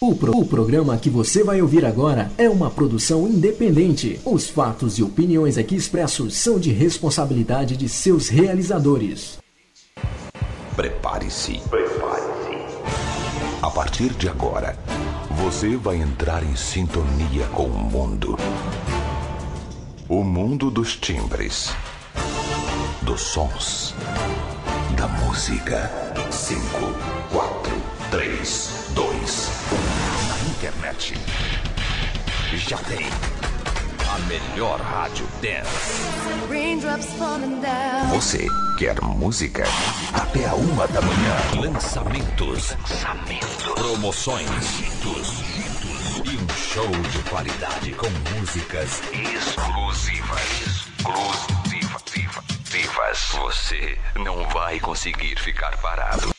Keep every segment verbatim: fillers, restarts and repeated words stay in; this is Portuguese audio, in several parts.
O, pro, o programa que você vai ouvir agora é uma produção independente. Os fatos e opiniões aqui expressos são de responsabilidade de seus realizadores. Prepare-se. Prepare-se. A partir de agora, você vai entrar em sintonia com o mundo. O mundo dos timbres, dos sons, da música. Cinco, quatro, três, dois, um. Na internet já tem a melhor rádio dance. Você quer música? Até a uma da manhã. Lançamentos, Lançamentos. promoções e um show de qualidade com músicas exclusivas. Exclusivas. Você não vai conseguir ficar parado.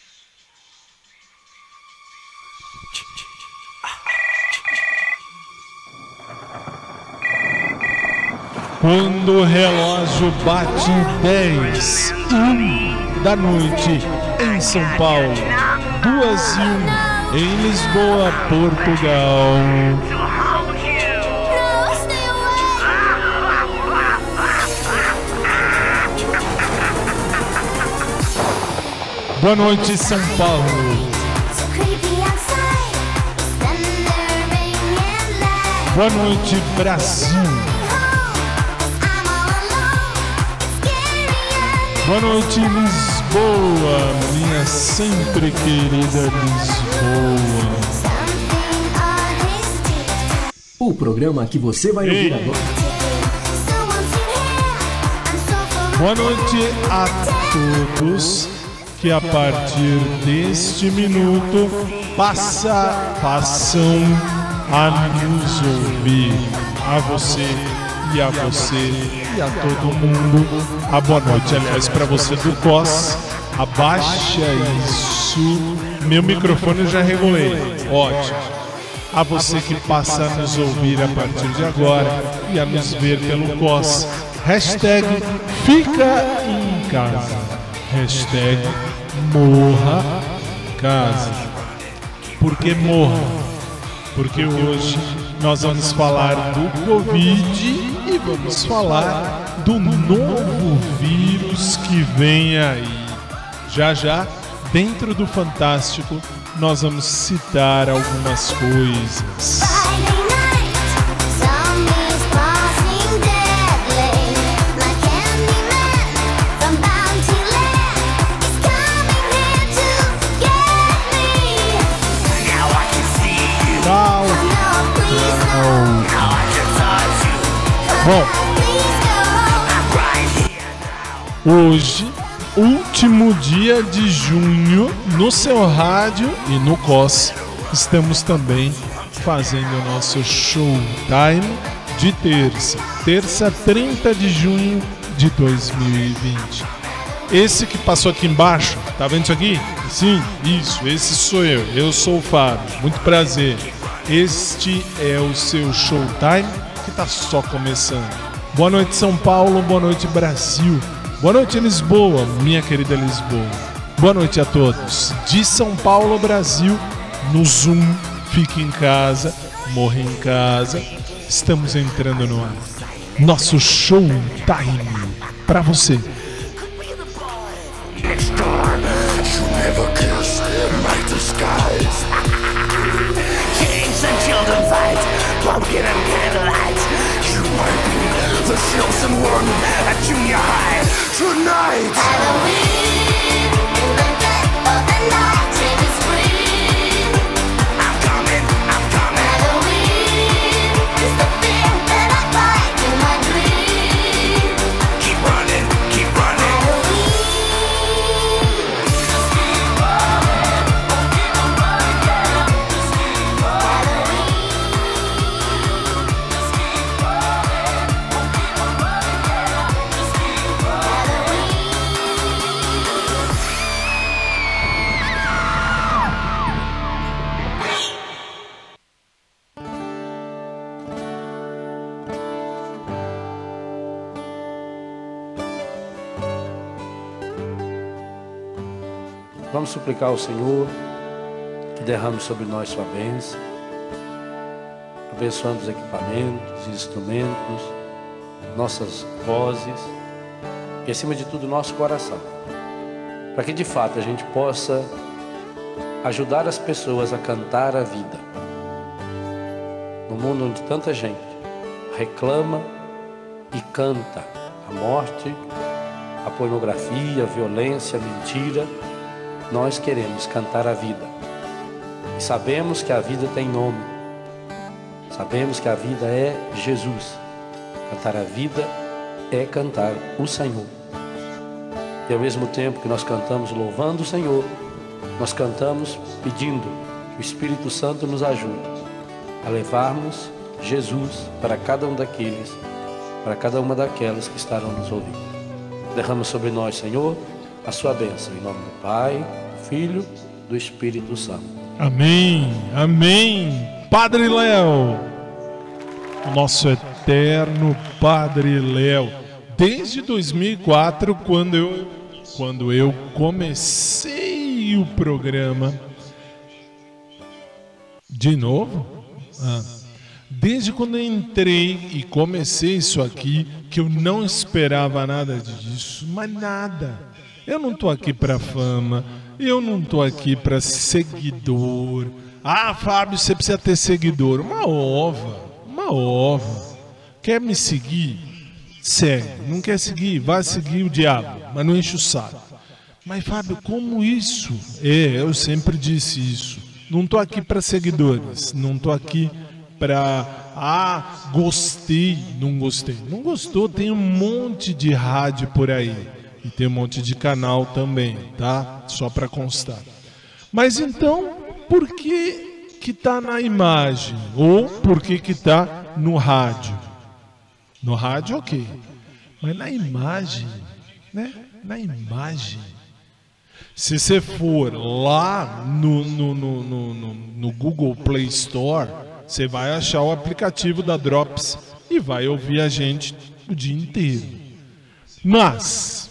Quando o relógio bate dez, um da noite em São Paulo, duas e um em Lisboa, Portugal. Boa noite, São Paulo. Boa noite, Brasil. Boa noite, Lisboa, minha sempre querida Lisboa. O programa que você vai ouvir Ei. agora. Boa noite a todos que a partir deste minuto passa, passam a nos ouvir. A você e a você e a todo mundo. A boa noite, aliás, para você do C O S. Abaixa isso. Meu microfone eu já regulei. Ótimo. A você que passa a nos ouvir a partir de agora e a nos ver pelo C O S. Hashtag fica em casa. Hashtag morra em casa. Por que morra? Porque hoje nós vamos falar do Covid e vamos falar do novo vírus que vem aí. Já já, dentro do Fantástico, nós vamos citar algumas coisas. Tchau. Bom, hoje, último dia de junho, no seu rádio e no C O S, estamos também fazendo o nosso showtime de terça, terça trinta de junho de dois mil e vinte. Esse que passou aqui embaixo, tá vendo isso aqui? Sim, isso, esse sou eu, eu sou o Fábio, muito prazer. Este é o seu showtime que tá só começando. Boa noite, São Paulo, boa noite, Brasil, boa noite, Lisboa, minha querida Lisboa. Boa noite a todos. De São Paulo, Brasil, no Zoom, fique em casa, morre em casa. Estamos entrando no ar. Nosso showtime pra você. Pumpkin and candlelight. You might be the chosen one at junior high tonight. Halloween, in the dead of the night, baby scream. I'm coming, I'm coming. Halloween is the fear that I fight in my dream. Keep running, keep running. Halloween. Just keep running, keep on running, yeah. Just keep running. Vamos suplicar ao Senhor que derrame sobre nós sua bênção, abençoando os equipamentos, os instrumentos, nossas vozes e, acima de tudo, nosso coração, para que de fato a gente possa ajudar as pessoas a cantar a vida. No mundo onde tanta gente reclama e canta a morte, a pornografia, a violência, a mentira, nós queremos cantar a vida. E sabemos que a vida tem nome. Sabemos que a vida é Jesus. Cantar a vida é cantar o Senhor. E ao mesmo tempo que nós cantamos louvando o Senhor, nós cantamos pedindo que o Espírito Santo nos ajude a levarmos Jesus para cada um daqueles, para cada uma daquelas que estarão nos ouvindo. Derrama sobre nós, Senhor, a sua bênção, em nome do Pai, do Filho, do Espírito Santo. Amém, amém. Padre Léo, o nosso eterno Padre Léo, desde dois mil e quatro, quando eu, quando eu comecei o programa, de novo? Ah. Desde quando eu entrei e comecei isso aqui, que eu não esperava nada disso, mas nada. Eu não estou aqui para fama, eu não estou aqui para seguidor. Ah, Fábio, você precisa ter seguidor. Uma ova, uma ova. Quer me seguir? Segue. Não quer seguir? Vai seguir o diabo, mas não enche o saco. Mas, Fábio, como isso? É, eu sempre disse isso. Não estou aqui para seguidores, não estou aqui para, ah, gostei, não gostei. Não gostou, tem um monte de rádio por aí. E tem um monte de canal também, tá? Só para constar. Mas então, por que que tá na imagem? Ou por que que tá no rádio? No rádio, ok. Mas na imagem, né? Na imagem. Se você for lá no, no, no, no, no, no Google Play Store, você vai achar o aplicativo da Drops e vai ouvir a gente o dia inteiro. Mas,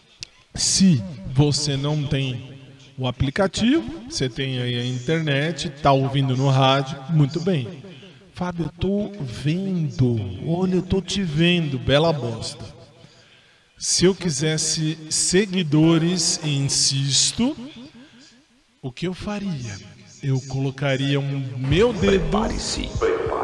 se você não tem o aplicativo, você tem aí a internet, está ouvindo no rádio, muito bem. Fábio, eu estou vendo, olha, eu estou te vendo, bela bosta. Se eu quisesse seguidores, insisto, o que eu faria? Eu colocaria um meu dedo... Prepare-se.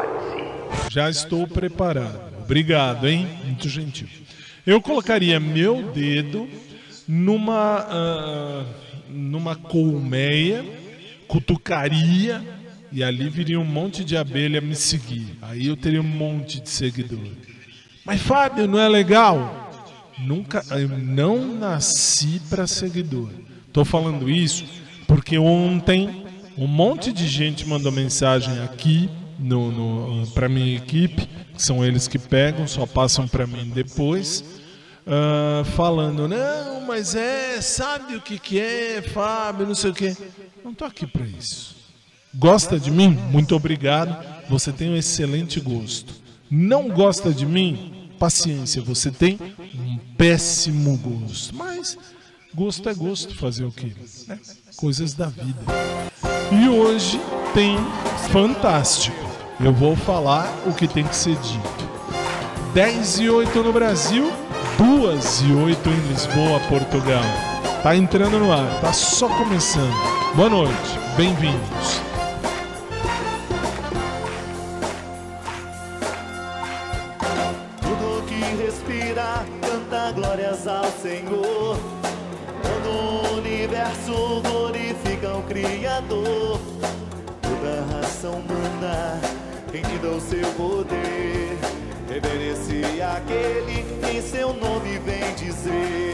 Já estou preparado. Obrigado, hein? Muito gentil. Eu colocaria meu dedo numa, uh, numa colmeia, cutucaria, e ali viria um monte de abelha me seguir. Aí eu teria um monte de seguidor. Mas, Fábio, não é legal? Nunca, eu não nasci para seguidor. Estou falando isso porque ontem um monte de gente mandou mensagem aqui no, no, para minha equipe, que são eles que pegam, só passam para mim depois, uh, falando, não, mas é, sabe o que, que é, Fábio, não sei o que. Não estou aqui para isso. Gosta de mim? Muito obrigado, você tem um excelente gosto. Não gosta de mim? Paciência, você tem um péssimo gosto. Mas gosto é gosto, fazer o quê? É, coisas da vida. E hoje tem fantástico. Eu vou falar o que tem que ser dito. dez e oito no Brasil, duas e oito em Lisboa, Portugal. Tá entrando no ar, tá só começando. Boa noite, bem-vindos. Canta glórias ao Senhor. Todo o universo glorifica o Criador. Toda a raça humana rendida ao seu poder, reverencia aquele que em seu nome vem dizer.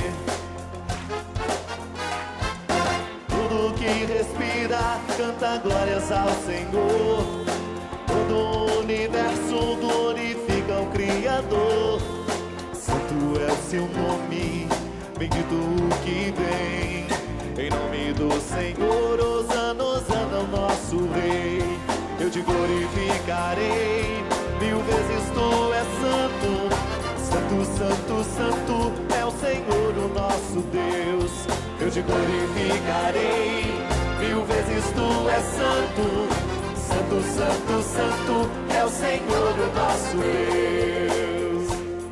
Tudo que respira canta glórias ao Senhor. Todo o universo glorifica o Criador. Santo é o seu nome, bendito o que vem. Em nome do Senhor, Hosana, Hosana, o nosso Rei. Eu te glorificarei, mil vezes tu és santo. Santo, santo, santo é o Senhor, o nosso Deus. Eu te glorificarei, mil vezes tu és santo. Santo, santo, santo é o Senhor, o nosso Deus.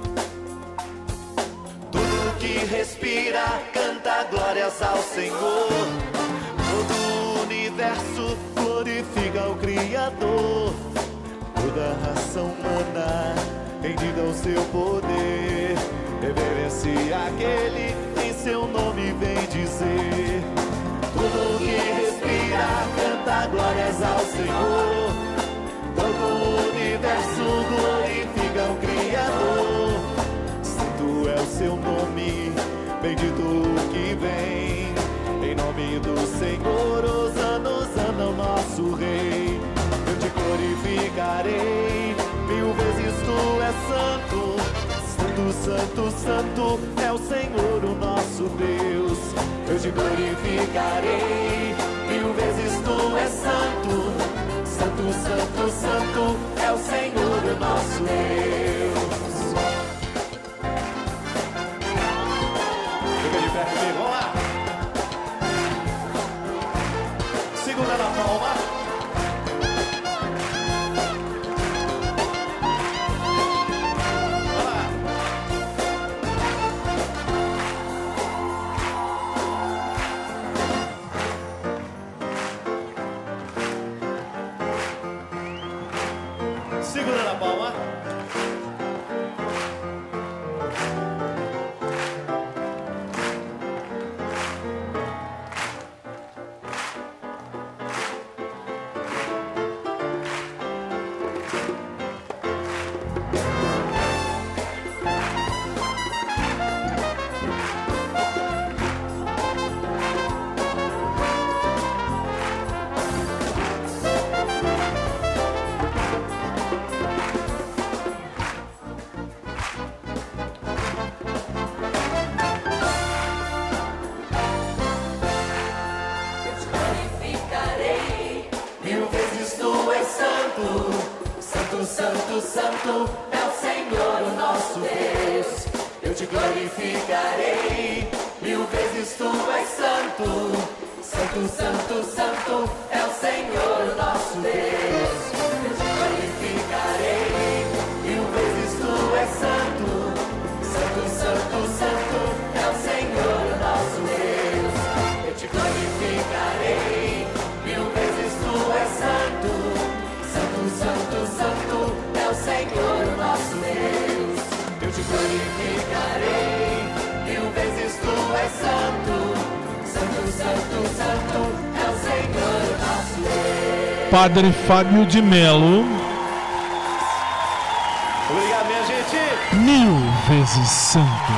Tudo que respira canta glórias ao Senhor. Todo o universo glorifica o Criador. Toda a raça humana rendida ao seu poder, reverencia aquele em seu nome vem dizer. Tudo que respira canta glórias ao Senhor. Todo o universo glorifica o Criador. Santo é o seu nome, bendito o que vem. Em nome do Senhor, Hosana, Hosana, o nosso Rei. Eu te glorificarei, mil vezes tu és santo. Santo, santo, santo é o Senhor, o nosso Deus. Eu te glorificarei, mil vezes tu és santo. Santo, santo, santo é o Senhor, o nosso Deus. Fica de pé comigo, vamos lá. Segura na palma. Segura na palma. Santo, santo é o Senhor, o nosso Deus. Eu te glorificarei, mil vezes tu és santo. Santo, santo, santo é o Senhor, o nosso Deus. Eu te glorificarei, mil vezes tu és santo. Santo, santo, santo é o Senhor, o nosso Deus. Eu te glorificarei, mil vezes tu és santo. Santo, santo, santo é o Senhor, nosso Deus. Eu te glorificarei, mil vezes tu és santo. Santo, santo, santo é o Senhor, nosso Deus. Padre Fábio de Melo. Obrigado, minha gente. Mil vezes santo.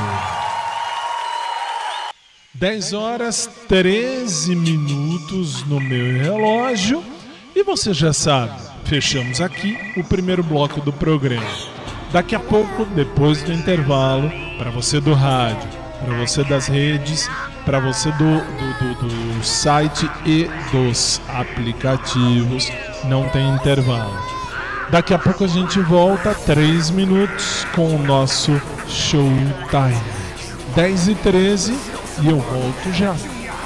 dez horas treze minutos no meu relógio. E você já sabe, fechamos aqui o primeiro bloco do programa. Daqui a pouco, depois do intervalo, para você do rádio, para você das redes, para você do, do, do, do site e dos aplicativos, não tem intervalo. Daqui a pouco a gente volta, três minutos, com o nosso Showtime. dez e treze e eu volto já.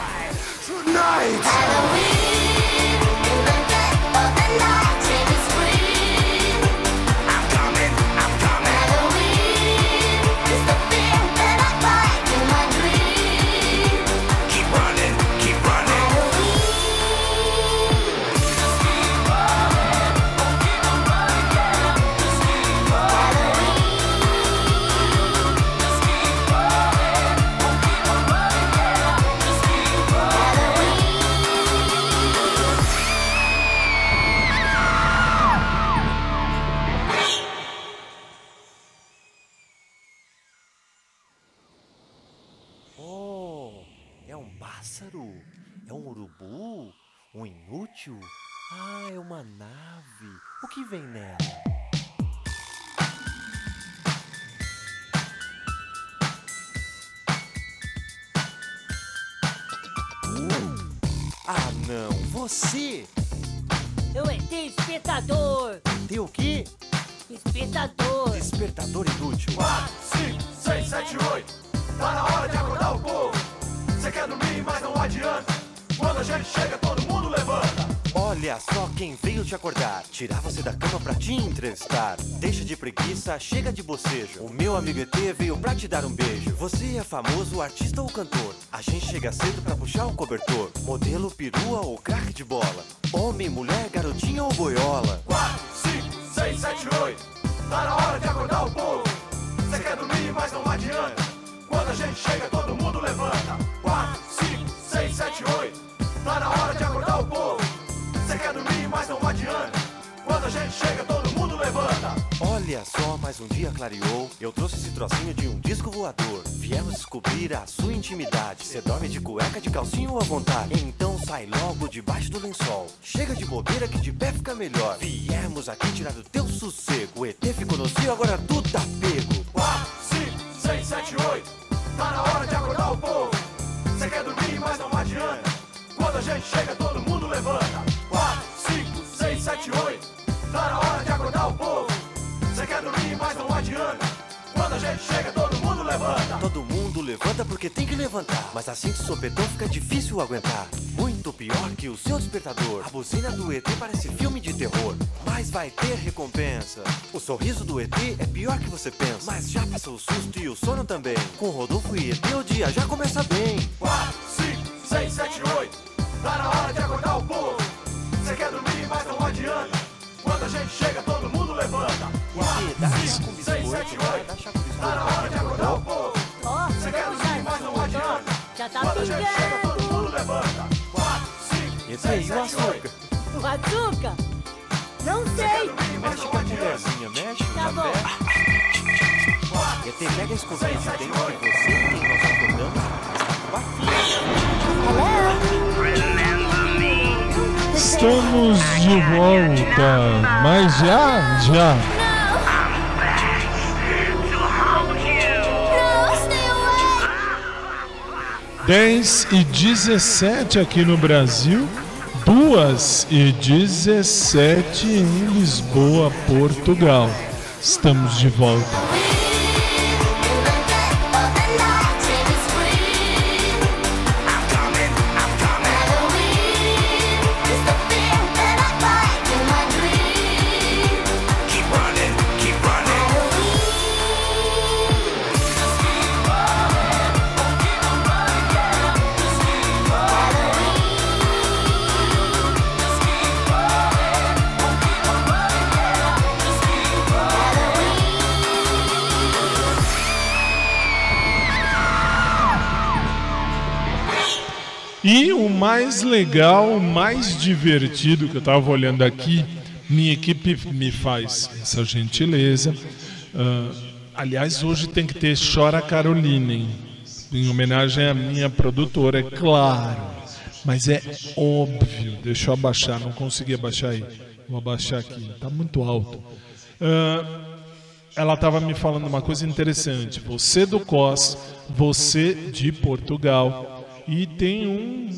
É um urubu? Um inútil? Ah, é uma nave. O que vem nela? Ah, não. Você! Eu E T espetador. Tem o quê? Espetador. Despertador inútil. quatro, cinco, seis, sete, oito. Tá na hora de acordar o povo. Você quer dormir, mas não adianta. Quando a gente chega, todo mundo levanta. Olha, Olha só quem veio te acordar, tirar você da cama pra te entrevistar. Deixa de preguiça, chega de bocejo. O meu amigo E T veio pra te dar um beijo. Você é famoso, artista ou cantor? A gente chega cedo pra puxar o cobertor. Modelo, perua ou craque de bola? Homem, mulher, garotinha ou boiola? quatro, cinco, seis, sete, oito. Tá na hora de acordar o povo. Cê quer dormir, mas não adianta. Quando a gente chega, todo mundo levanta. quatro, cinco, seis, sete, oito. Tá na hora de acordar o povo. Cê quer dormir, mas não adianta. Quando a gente chega, todo mundo levanta. Olha só, mais um dia clareou. Eu trouxe esse trocinho de um disco voador. Viemos descobrir a sua intimidade. Cê dorme de cueca, de calcinho à vontade. Então sai logo debaixo do lençol. Chega de bobeira que de pé fica melhor. Viemos aqui tirar do teu sossego. O E T ficou no cio, agora tu tá pego. quatro, cinco, seis, sete, oito. Tá na hora de acordar o povo. Cê quer dormir, mas não adianta. Quando a gente chega, todo mundo levanta. quatro, cinco, seis, sete, oito. Tá na hora de acordar o povo. Cê quer dormir, mas não adianta. Quando a gente chega, todo mundo levanta. Todo mundo levanta porque tem que levantar. Mas assim de sopetão fica difícil aguentar. Muito pior que o seu despertador. A buzina do E T parece filme de terror. Mas vai ter recompensa. O sorriso do E T é pior que você pensa. Mas já passou o susto e o sono também. Com Rodolfo e E T o dia já começa bem. quatro, cinco, seis, sete, oito. Tá na hora de acordar o povo. Cê quer dormir, mas não adianta. Quando a gente chega, todo mundo levanta. quatro, cinco, seis, sete, oito. Tá na hora de acordar o povo. Cê quer dormir, mas não adianta. Já tá Quando a gente chega, pingando. todo mundo levanta. quatro, cinco, E aí, seis, o sete, oito. açúcar? O açúcar? Não Cê quer sei. dormir, mas Mexe não com a adianta. colherzinha, mexe no Tá bom. café. E T, pega a escovinha de dente que você e quem nós acordamos está com a Estamos de volta, mas já, já. dez e dezessete aqui no Brasil, duas e dezessete em Lisboa, Portugal. Estamos de volta. E o mais legal, o mais divertido que eu estava olhando aqui, minha equipe me faz essa gentileza. Uh, aliás, hoje tem que ter Chora Carolina, hein? Em homenagem à minha produtora, é claro. Mas é óbvio. Deixa eu abaixar, não consegui abaixar aí. Vou abaixar aqui, está muito alto. Uh, ela estava me falando uma coisa interessante. Você do C O S, você de Portugal. E tem um,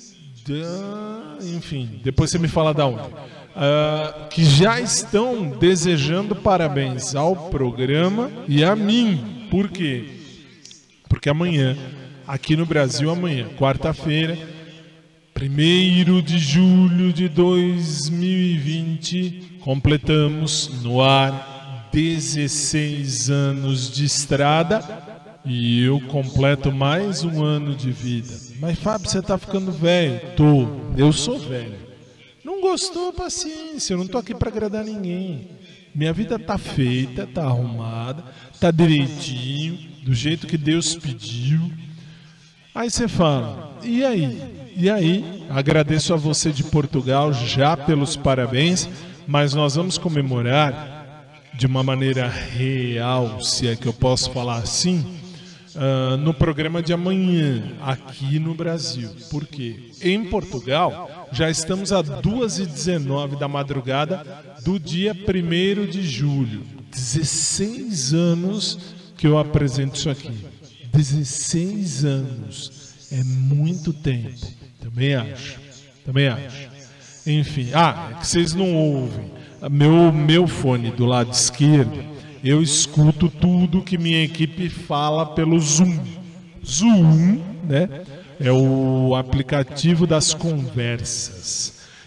da, enfim, depois você me fala da onde, uh, que já estão desejando parabéns ao programa e a mim. Por quê? Porque amanhã, aqui no Brasil, amanhã, quarta-feira, primeiro de julho de dois mil e vinte, completamos no ar dezesseis anos de estrada. E eu completo mais um ano de vida. Mas, Fábio, você tá ficando velho? Tô. Eu sou velho. Não gostou? Paciência. Eu não tô aqui para agradar ninguém. Minha vida tá feita, tá arrumada, tá direitinho, do jeito que Deus pediu. Aí você fala, e aí? E aí? Agradeço a você de Portugal já pelos parabéns, mas nós vamos comemorar de uma maneira real, se é que eu posso falar assim, Uh, no programa de amanhã, aqui no Brasil. Por quê? Em Portugal, já estamos a duas e dezenove da madrugada do dia primeiro de julho. dezesseis anos que eu apresento isso aqui. dezesseis anos. É muito tempo. Também acho. Também acho. Enfim. Ah, é que vocês não ouvem. Meu, meu fone do lado esquerdo, eu escuto tudo que minha equipe fala pelo Zoom. Zoom, né? É o aplicativo das conversas.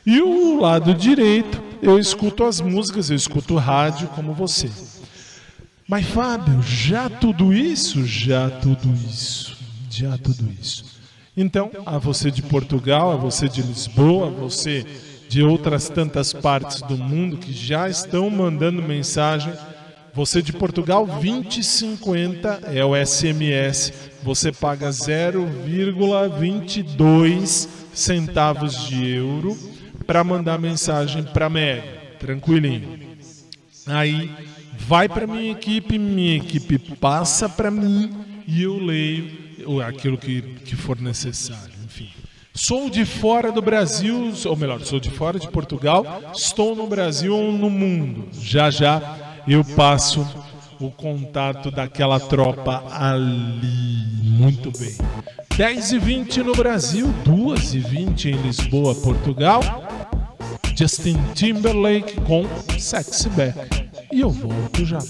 E o lado direito, eu escuto as músicas, eu escuto rádio como você. Mas Fábio, já tudo isso? Já tudo isso. Já tudo isso. Então, a você de Portugal, a você de Lisboa, a você de outras tantas partes do mundo que já estão mandando mensagem. Você de Portugal, vinte e cinquenta é o S M S. Você paga zero vírgula vinte e dois centavos de euro para mandar mensagem para Mega. Tranquilinho. Aí vai para minha equipe, minha equipe passa para mim e eu leio aquilo que, que for necessário. Enfim. Sou de fora do Brasil, ou melhor, sou de fora de Portugal, estou no Brasil ou no mundo. Já já eu passo o contato daquela tropa ali. Muito bem. dez e vinte no Brasil, duas e vinte em Lisboa, Portugal. Justin Timberlake com Sexy Back. E eu volto já.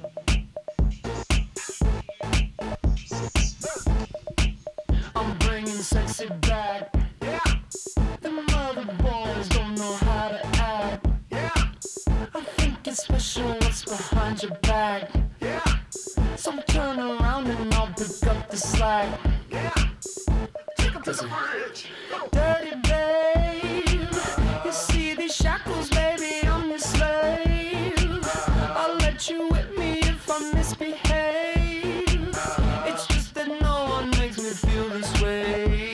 I'm bringing sexy back. Yeah. The mother boys don't know how to act. Yeah. I think it's special what's behind your back. Yeah. So turn around and I'll pick up the slack. Yeah. Take 'em to the bridge. Dirty babe. You see these shackles, baby, I'm your slave. I'll let you whip me if I misbehave. It's just that no one makes me feel this way.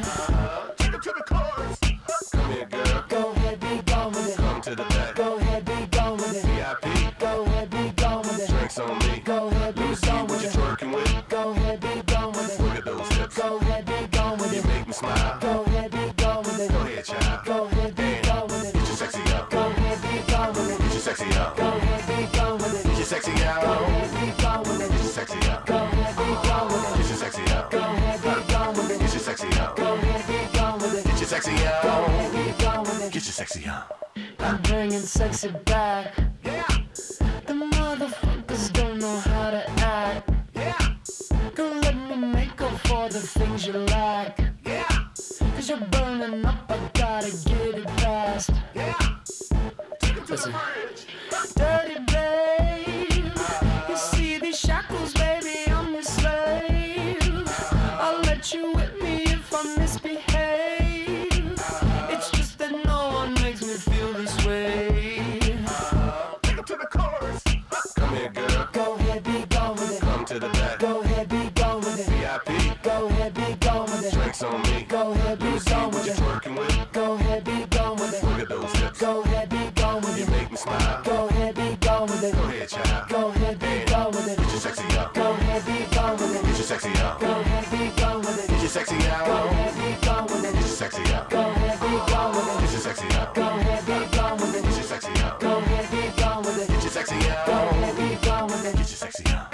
Take 'em to the chorus. Come here, girl. Go ahead, be gone with it. Come to the back. Go ahead, be gone with it. V I P. Go ahead, be gone with it. Drinks on me. Go ahead, be gone with it. Twerking with. Go ahead, be gone with it. Look at those hips. Go ahead, be gone with it. You make me smile. Go ahead, be gone with it. Go ahead, child. Go ahead, be gone with it. Get your sexy up. Go ahead, be gone with it. Get your sexy up. Go ahead, be gone with it. Get your sexy up. Go ahead, be gone with it. Get your sexy up. Go ahead, be gone with it. Get your sexy up. Go ahead, be gone with it. Get your sexy up. Go ahead, be gone with it. Get your sexy up. Go ahead, be gone with it. Get your sexy up. I'm bringing sexy back. Yeah. The motherfuckers don't know how to act. Yeah. Don't let me make up for the things you lack. Yeah. Cause you're burning up, I gotta get it fast. Yeah. Take 'em to the bridge. Dirty babe. You see these shackles, baby, I'm your slave. I'll let you whip me if I misbehave. It's just that no one makes me feel this way. Take 'em to the chorus. Come here, girl. Go ahead, be gone with it. Come to the back. Go ahead, be gone with it. V I P. Go ahead, be gone with it. Drinks on me. Go ahead, be gone with it. Twerking with. Go ahead, be gone with it. Look at those hips. Go ahead, be gone with it. You make me smile. Go ahead, be gone with it. Go ahead, child. Go ahead, be gone with it. Get your sexy up. Go ahead, be gone with it. Get your sexy up. Go ahead, be gone with it. Get your sexy up. Go ahead, be gone with it. Get your sexy up. Go ahead, be gone with it. Get your sexy up. Go ahead, be gone with it. Get your sexy up. Go ahead, be gone with it. Get your sexy up. Go ahead, be gone with it. Get your sexy up.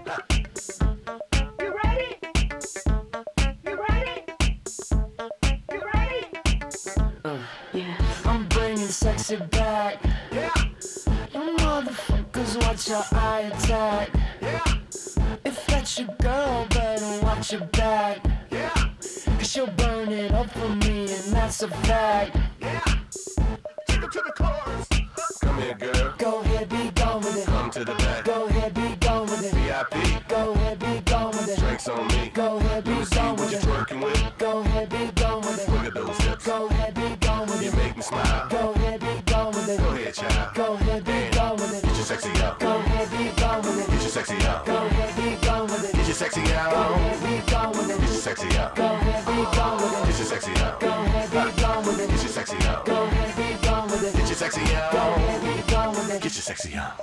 You ready? You ready? You ready? Uh, yeah. I'm bringing sexy back. Yeah. You motherfuckers, watch your eye attack. Yeah. If that's your girl, better watch your back. Yeah. Cause she'll burn it up for me, and that's a fact. Yeah. Take 'em to the chorus. Come here, girl. Go ahead, be gone with it. Come to the back. Go ahead, be gone with it. V I P. Go ahead, be gone with it. Drinks on me. Go ahead, be gone with it. Twerking with. Go ahead, be gone with it. Look at those hips. Go ahead, be gone with it. You make me smile. Go ahead, be gone with it. Go ahead, child. Go ahead, be gone with it. Get your sexy up. Go ahead, be gone with it. Get your sexy up. Go ahead, be gone with it. Get your sexy up. Go ahead, be gone with it. Get your sexy up. Go ahead, be gone with it. Get your sexy up. Go ahead, be gone with it. Get your sexy up. Go ahead, be gone with it. Get your sexy up. Go ahead, be gone with it. Get your sexy up.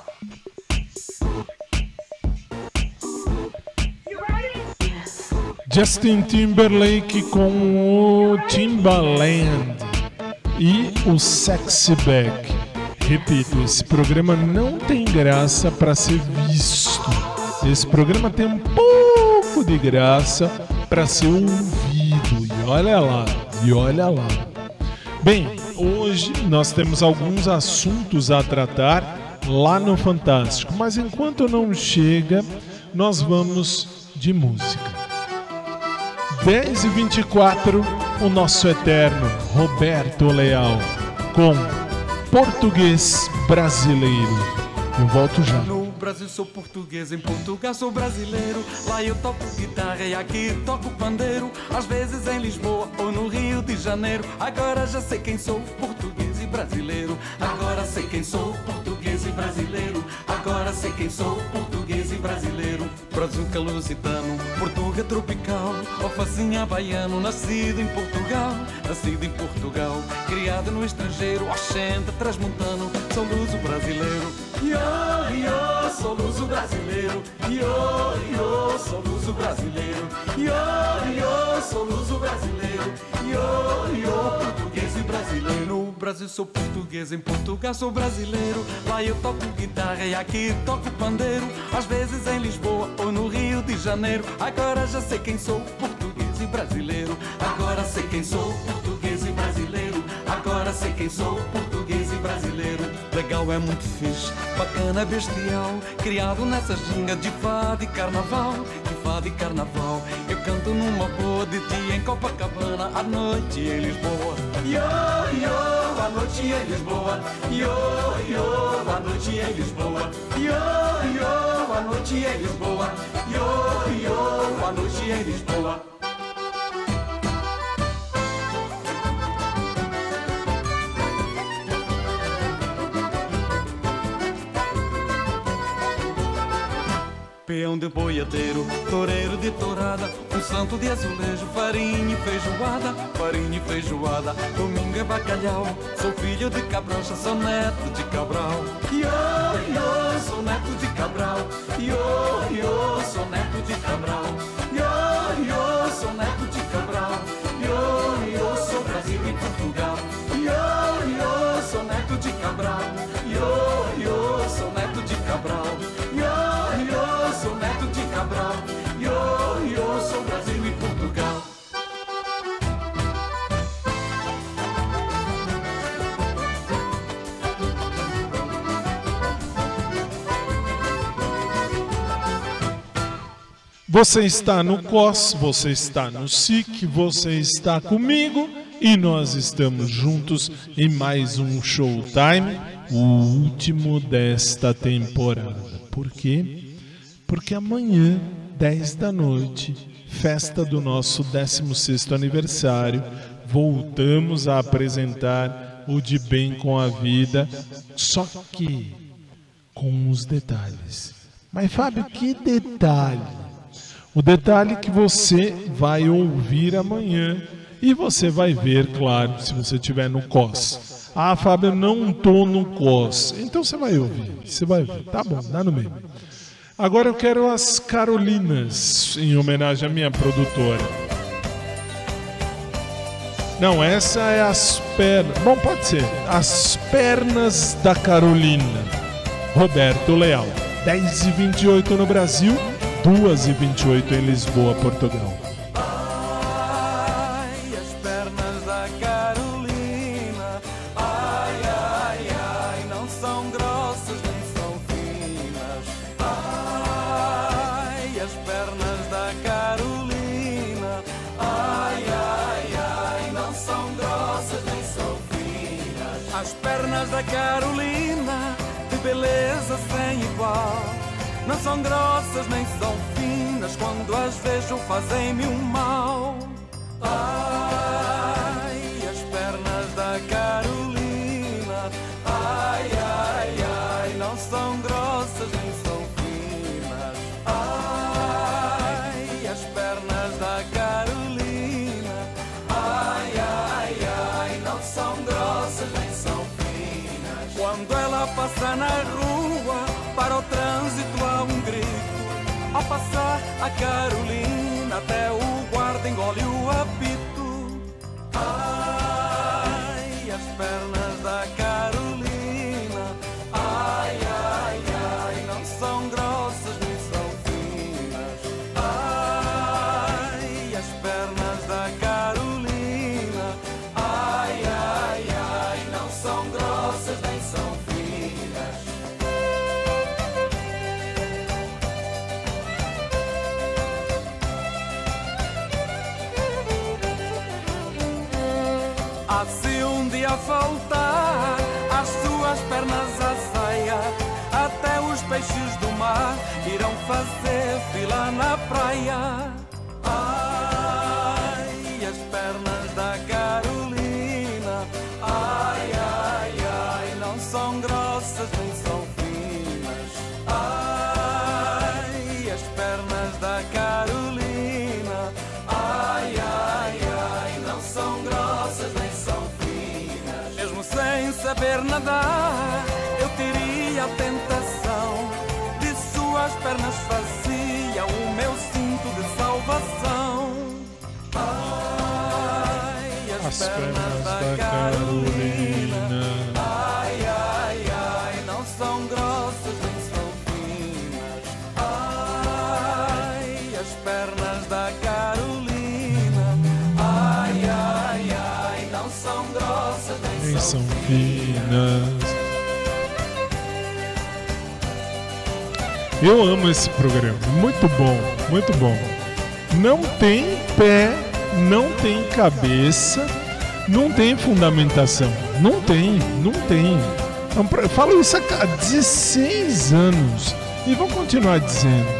You ready? Justin Timberlake com o Timbaland e o Sexy Back. Repito, esse programa não tem graça para ser visto. Esse programa tem um pouco de graça para ser ouvido. E olha lá, e olha lá. Bem, hoje nós temos alguns assuntos a tratar lá no Fantástico, mas enquanto não chega, nós vamos de música. dez e vinte e quatro, o nosso eterno Roberto Leal. com Português Brasileiro. Eu volto já. No Brasil sou português, em Portugal sou brasileiro. Lá eu toco guitarra e aqui toco pandeiro. Às vezes em Lisboa ou no Rio de Janeiro. Agora já sei quem sou, português e brasileiro. Agora sei quem sou, português e brasileiro. Agora sei quem sou, português e brasileiro. Brazuca lusitano, Portuga tropical, alfacinha baiano, nascido em Portugal, nascido em Portugal, criado no estrangeiro, oxente transmontano, sou luso brasileiro. Yo, yo, sou luso brasileiro. Yo, yo, sou luso brasileiro. Yo, yo, sou luso brasileiro. Yo, yo, português e brasileiro. No Brasil sou português, em Portugal sou brasileiro. Lá eu toco guitarra e aqui toco pandeiro. Às vezes em Lisboa ou no Rio de Janeiro. Agora já sei quem sou, português e brasileiro. Agora sei quem sou, português e brasileiro. Agora sei quem sou, português e brasileiro. Legal é muito fixe, bacana, bestial, criado nessa ginga de fado e carnaval, de fado e carnaval. Eu canto numa boa de ti em Copacabana, à noite em Lisboa. Yo, yo, à noite em Lisboa. Yo, yo, à noite em Lisboa. Yo, yo, à noite em Lisboa. Yo, yo, à noite em Lisboa. Peão de boiadeiro, toureiro de tourada, um santo de azulejo, farinha e feijoada, farinha e feijoada, domingo é bacalhau, sou filho de Cabrocha, sou neto de Cabral. Yo, yo, sou neto de Cabral. Yo, yo, sou neto de Cabral. Yo, yo, sou neto de Cabral. Yo, yo, sou Brasil e Portugal. Yo, yo, sou neto de Cabral. Yo, yo, sou neto de Cabral. Yo, yo, sou neto de Cabral. Yo, yo, sou Brasil e Portugal. Você está no C O S, você está no S I C, você está comigo e nós estamos juntos em mais um Showtime, o último desta temporada. Por quê? Porque amanhã, dez da noite, festa do nosso décimo sexto aniversário, voltamos a apresentar o De Bem com a Vida, só que com os detalhes. Mas Fábio, que detalhe? O detalhe que você vai ouvir amanhã e você vai ver, claro, se você estiver no C O S. Ah, Fábio, eu não estou no C O S. Então você vai ouvir, você vai ver. Tá bom, dá no meio. Agora eu quero as Carolinas, em homenagem à minha produtora. Não, essa é as pernas. Bom, pode ser. As pernas da Carolina. Roberto Leal. dez e vinte e oito no Brasil, duas e vinte e oito em Lisboa, Portugal. Ai, as pernas da Carolina. Ai, ai, ai, não são grossas nem são finas. Ai, as pernas da Carolina. Ai, ai, ai, não são grossas nem são finas. As pernas da Carolina, de beleza sem igual. Não são grossas nem são finas, quando as vejo fazem-me um mal. Ai, as pernas da Carolina. Ai, ai, ai, não são grossas nem são finas. Ai, as pernas da Carolina. Ai, ai, ai, não são grossas nem são finas. Quando ela passa na rua, para o trânsito há um grito. Ao passar a Carolina, até o guarda engole o apito. Ai, as pernas da Carolina. Ai, ai, ai, não são grossas nem são finas. Ai, as pernas da Carolina. Ai, ai, ai, não são grossas nem são finas. Ah, se um dia faltar suas pernas a saia. Até os peixes do mar irão fazer fila na praia. Ai, as pernas da Carolina, ai, ai, ai, não são grossas nem são finas. Ai, as pernas da Carolina, ai, ai, ai, não são grossas nem são finas. Mesmo sem saber nadar, eu teria a tentação de suas pernas fazia o meu cinto de salvação. Ai, as, as pernas, pernas da, da Carolina, ai, ai, ai, não são grossas nem são finas. Ai, as pernas da Carolina, ai, ai, ai, não são grossas nem, nem são finas. Eu amo esse programa, muito bom, muito bom. Não tem pé, não tem cabeça, não tem fundamentação. Não tem, não tem. Eu falo isso há dezesseis anos e vou continuar dizendo.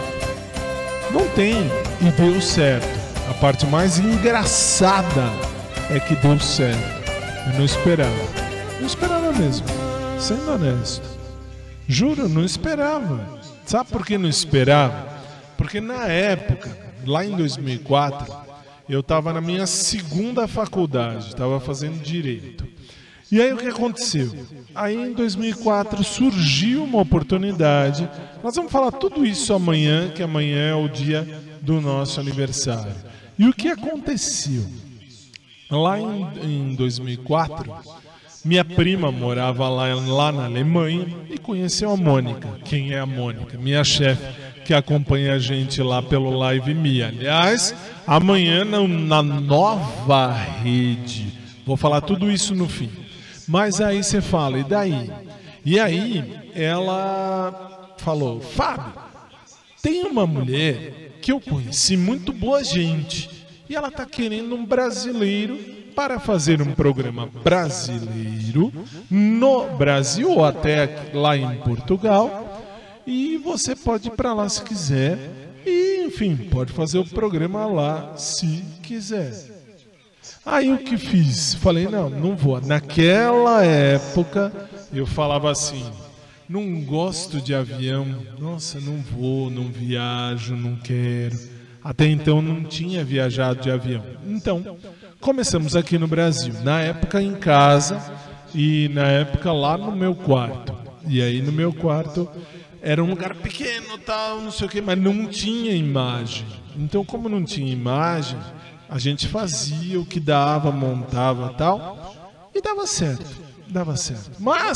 Não tem, e deu certo. A parte mais engraçada é que deu certo. Eu não esperava. Não esperava mesmo, sendo honesto. Juro, não esperava. Sabe por que não esperava? Porque na época, lá em dois mil e quatro, eu estava na minha segunda faculdade, estava fazendo Direito. E aí o que aconteceu? Aí em dois mil e quatro surgiu uma oportunidade. Nós vamos falar tudo isso amanhã, que amanhã é o dia do nosso aniversário. E o que aconteceu? Lá em, em dois mil e quatro... minha prima morava lá, lá na Alemanha e conheceu a Mônica. Quem é a Mônica? Minha chefe, que acompanha a gente lá pelo Live Me. Aliás, amanhã na, na nova rede. Vou falar tudo isso no fim. Mas aí você fala, e daí? E aí ela falou, Fábio, tem uma mulher que eu conheci, muito boa gente, e ela está querendo um brasileiro para fazer um programa brasileiro no Brasil ou até lá em Portugal, e você pode ir para lá se quiser e, enfim, pode fazer o programa lá se quiser. Aí o que fiz? Falei, não, não vou. Naquela época eu falava assim, não gosto de avião, nossa, não vou, não viajo, não quero. Até então não tinha viajado de avião. Então, começamos aqui no Brasil, na época em casa e na época lá no meu quarto. E aí no meu quarto era um lugar pequeno, tal, não sei o que, mas não tinha imagem. Então, como não tinha imagem, a gente fazia o que dava, montava tal, e dava certo, dava certo.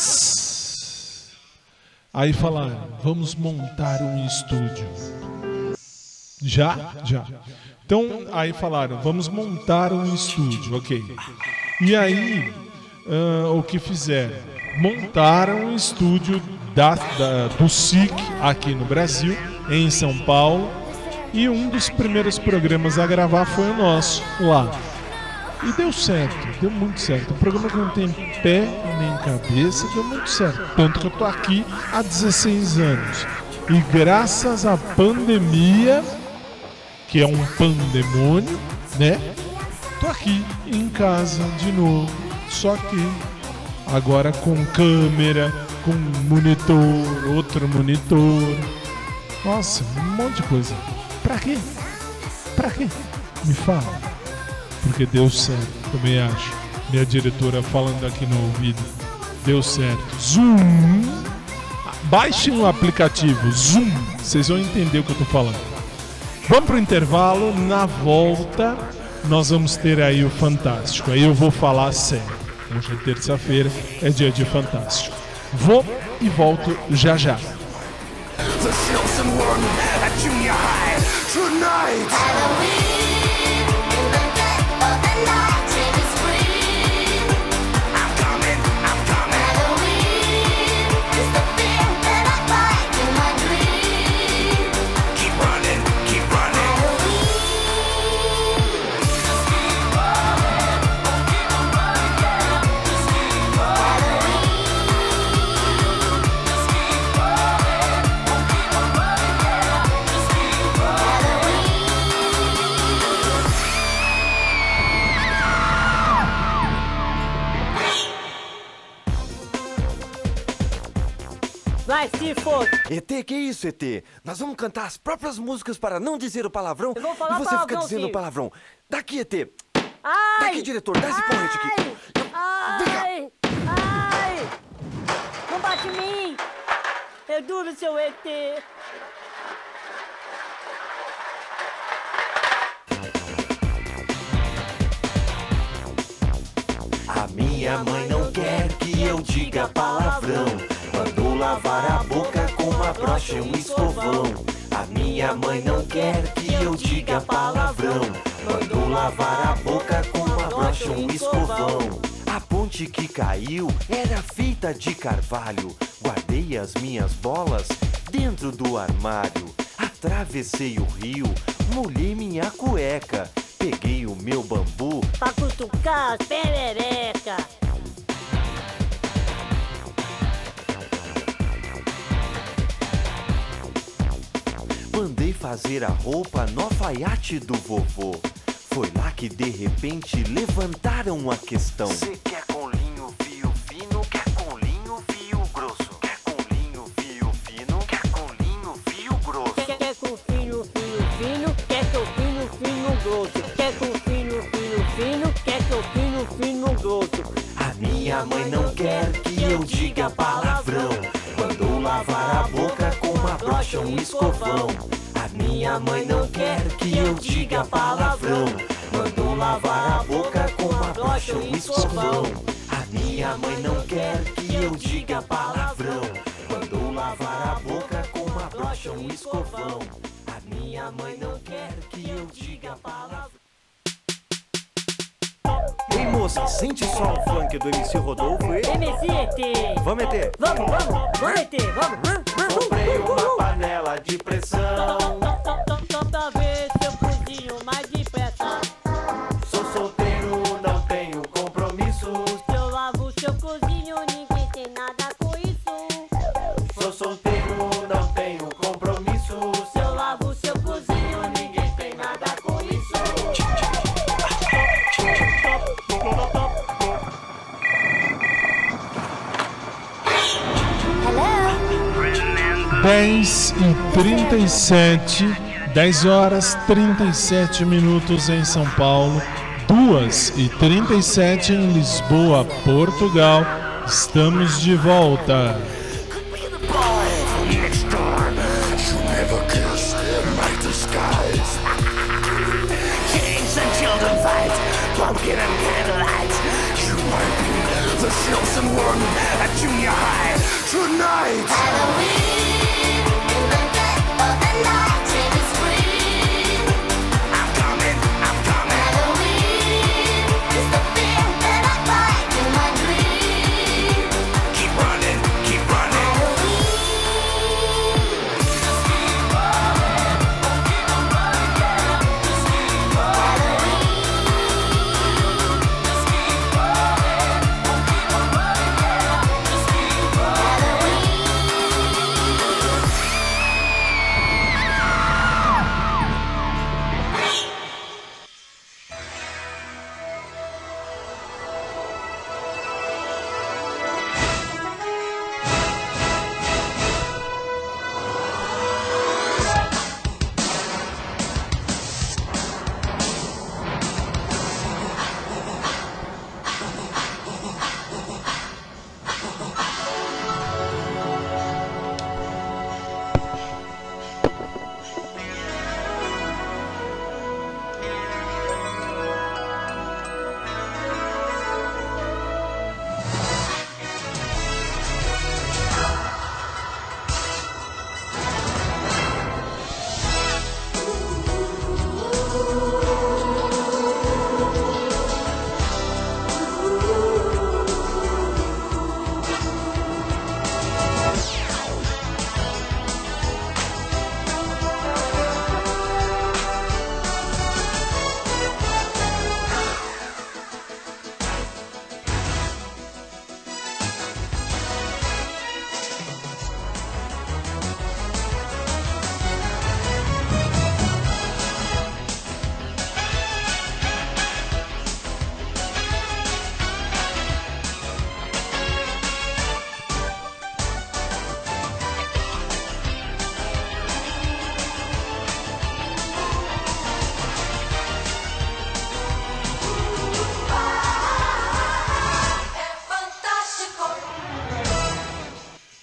Mas aí falaram, vamos montar um estúdio. Já? Já. Então, aí falaram, vamos montar um estúdio, ok. E aí, uh, o que fizeram? Montaram um estúdio da, da, do S I C aqui no Brasil, em São Paulo, e um dos primeiros programas a gravar foi o nosso, lá. E deu certo, deu muito certo. Um programa que não tem pé nem cabeça, deu muito certo. Tanto que eu tô aqui há dezesseis anos. E graças à pandemia, que é um pandemônio, né? Tô aqui em casa de novo, só que agora com câmera, com monitor, outro monitor. Nossa, um monte de coisa. Pra quê? Pra quê? Me fala. Porque deu certo, também acho. Minha diretora falando aqui no ouvido. Deu certo. Zoom. Baixem o aplicativo Zoom. Vocês vão entender o que eu tô falando. Vamos pro intervalo, na volta nós vamos ter aí o Fantástico. Aí eu vou falar sério. Hoje é terça-feira, é dia de Fantástico. Vou e volto já já. Vai se for. E T, que isso, E T? Nós vamos cantar as próprias músicas para não dizer o palavrão. Eu vou falar e você palavrão, fica dizendo filho. o palavrão. Daqui, E T. Ai! Daqui, diretor, dá esse porrete aqui. Ai! Ai! Não bate em mim! Eu duro, seu E T! A minha mãe não quer que eu diga palavrão. Mandou lavar a boca com uma brocha e um escovão. A minha mãe não quer que eu diga palavrão. Mandou lavar a boca com uma brocha e um escovão. A ponte que caiu era feita de carvalho. Guardei as minhas bolas dentro do armário. Atravessei o rio, molhei minha cueca. Peguei o meu bambu Pra cutucar as perereca. mandei fazer a roupa no alfaiate do vovô. Foi lá que de repente levantaram a questão. Cê quer com linho, fio fino? Quer com linho, fio grosso? Quer com linho, fio fino? Quer com linho, fio grosso? Quer, quer com fino, fio fino? Quer que eu fino, fino, grosso? Quer com fino, fio fino? Quer que eu fino, fino, grosso? A minha mãe não quer que eu diga palavrão. Mandou lavar a boca com uma brocha, um escovão. A minha mãe não quer que eu diga palavrão. Mandou lavar a boca com uma brocha, um escovão. A minha mãe não quer que eu diga palavrão. Mandou lavar a boca com uma brocha, um escovão. A minha mãe não quer que eu diga palavrão. Ei moça, sente só o funk do M C Rodolfo e... M C E T! Vamos, E T! Vamos, vamos, vamos, E T, vamos! Comprei uma panela de pressão. Só pra ver se eu cozinho mais depressa. Sou solteiro, não tenho compromisso. Se eu lavo, se eu cozinho, ninguém tem nada com isso. Sou solteiro, não tenho compromisso. Se eu lavo, se eu cozinho, ninguém tem nada com isso. dez e trinta e sete, dez horas trinta e sete minutos em São Paulo, duas e trinta e sete em Lisboa, Portugal. Estamos de volta. Pumpkin and candlelight, you might be the chosen one at junior high tonight. Halloween, in the dead of the night, it is free. I'm coming, I'm coming. Halloween is the fear that I fight in my dream. Keep running, keep running. Halloween. Just keep running, keep on running, yeah. Just keep running.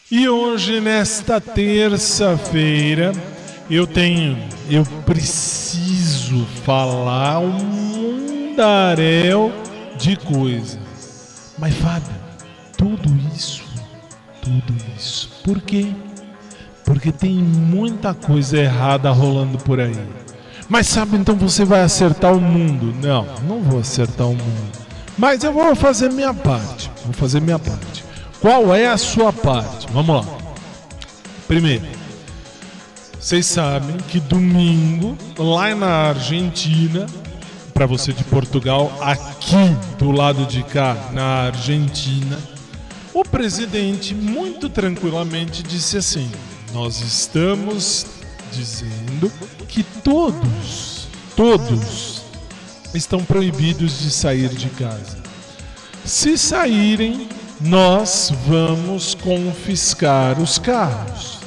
E hoje, nesta terça-feira, eu tenho, eu preciso falar um mundaréu de coisa. Mas, Fábio, tudo isso, tudo isso, por quê? Porque tem muita coisa errada rolando por aí. Mas sabe, então você vai acertar o mundo? Não, não vou acertar o mundo. Mas eu vou fazer minha parte, vou fazer minha parte. Qual é a sua parte? Vamos lá. Primeiro, vocês sabem que domingo, lá na Argentina, para você de Portugal, aqui do lado de cá, na Argentina, o presidente muito tranquilamente disse assim: nós estamos dizendo que todos, todos estão proibidos de sair de casa. Se saírem, nós vamos confiscar os carros.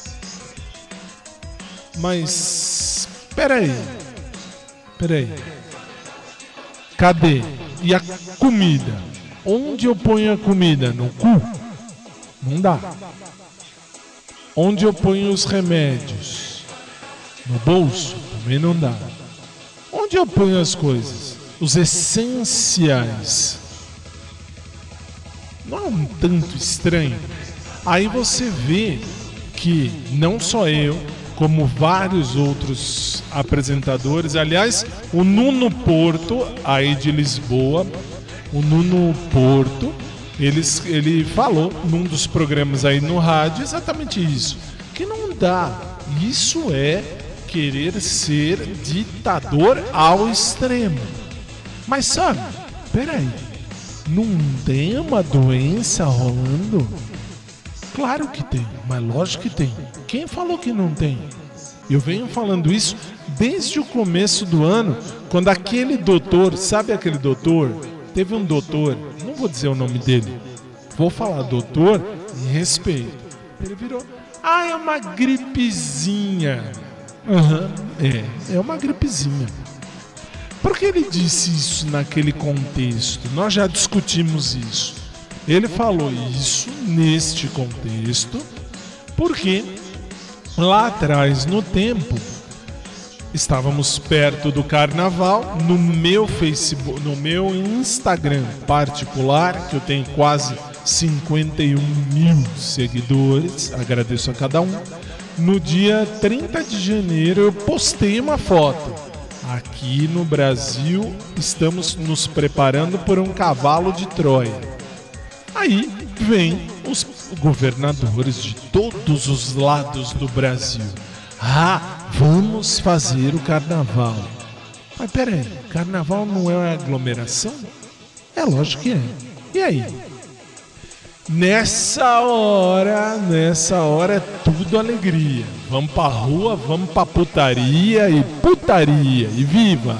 Mas, peraí, peraí, cadê? E a comida? Onde eu ponho a comida? No cu? Não dá. Onde eu ponho os remédios? No bolso? Também não dá. Onde eu ponho as coisas? Os essenciais. Não é um tanto estranho? Aí você vê que não só eu, como vários outros apresentadores, aliás, o Nuno Porto, aí de Lisboa, o Nuno Porto, eles, ele falou num dos programas aí no rádio exatamente isso, que não dá. Isso é querer ser ditador ao extremo. Mas sabe, peraí, não tem uma doença rolando? Claro que tem, mas lógico que tem. Quem falou que não tem? Eu venho falando isso desde o começo do ano, quando aquele doutor, sabe aquele doutor? Teve um doutor, não vou dizer o nome dele, vou falar doutor em respeito. Ele virou, ah, é uma gripezinha. Aham, uhum, é, é uma gripezinha. Por que ele disse isso naquele contexto? Nós já discutimos isso. Ele falou isso neste contexto porque lá atrás no tempo estávamos perto do carnaval. No meu Facebook, no meu Instagram particular, que eu tenho quase cinquenta e um mil seguidores, agradeço a cada um. No dia trinta de janeiro eu postei uma foto. Aqui no Brasil estamos nos preparando por um cavalo de Troia. Aí vem os governadores de todos os lados do Brasil. Ah, vamos fazer o carnaval. Mas peraí, carnaval não é aglomeração? É lógico que é. E aí? Nessa hora, nessa hora é tudo alegria. Vamos pra rua, vamos pra putaria e putaria e viva!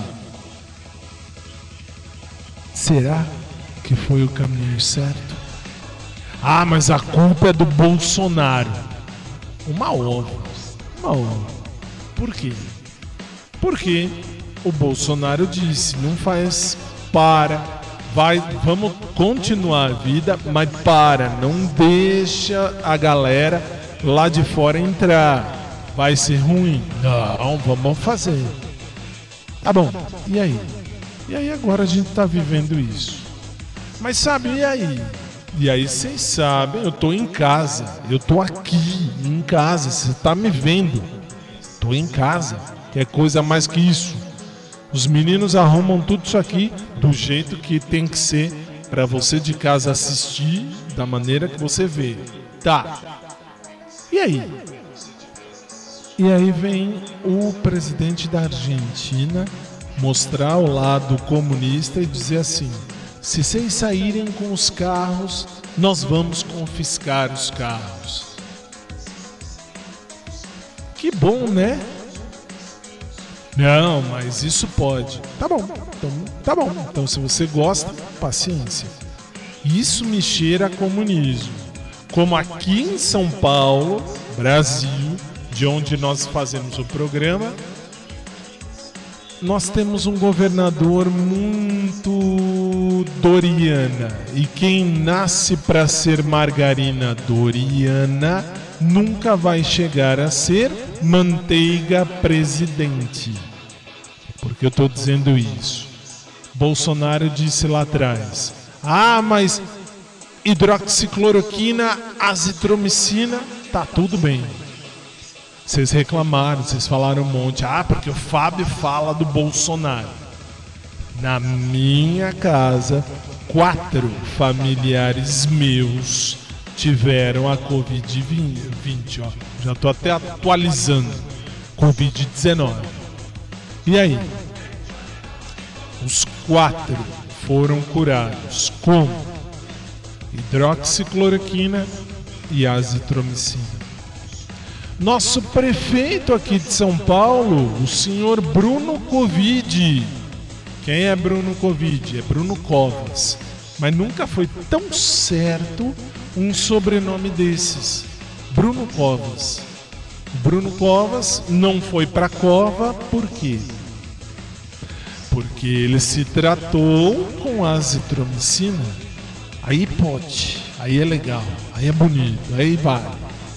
Será que foi o caminho certo? Ah, mas a culpa é do Bolsonaro. Uma ova, uma ova. Por quê? Porque o Bolsonaro disse, não faz, para... Vai, vamos continuar a vida, mas para, não deixa a galera lá de fora entrar. Vai ser ruim. Não, vamos fazer. Tá bom, e aí? E aí agora a gente tá vivendo isso. Mas sabe, e aí? E aí vocês sabem, eu tô em casa. Eu tô aqui, em casa, você tá me vendo. Tô em casa, que é coisa mais que isso. Os meninos arrumam tudo isso aqui do jeito que tem que ser para você de casa assistir da maneira que você vê. Tá. E aí? E aí vem o presidente da Argentina mostrar o lado comunista e dizer assim: se vocês saírem com os carros, nós vamos confiscar os carros. Que bom, né? Não, mas isso pode. Tá bom, então, tá bom. Então, se você gosta, paciência. Isso me cheira a comunismo. Como aqui em São Paulo, Brasil, de onde nós fazemos o programa, nós temos um governador muito Doriana. E quem nasce para ser margarina Doriana nunca vai chegar a ser manteiga presidente. Por que eu estou dizendo isso? Bolsonaro disse lá atrás: ah, mas hidroxicloroquina, azitromicina, tá tudo bem. Vocês reclamaram, vocês falaram um monte. Ah, porque o Fábio fala do Bolsonaro. Na minha casa, quatro familiares meus tiveram a covid vinte, ó. Já tô até atualizando. covid dezenove. E aí? Os quatro foram curados com hidroxicloroquina e azitromicina. Nosso prefeito aqui de São Paulo, o senhor Bruno Covid. Quem é Bruno Covid? É Bruno Covas. Mas nunca foi tão certo um sobrenome desses. Bruno Covas. Bruno Covas não foi pra cova, por quê? Porque ele se tratou com azitromicina. Aí pode, aí é legal, aí é bonito, aí vai.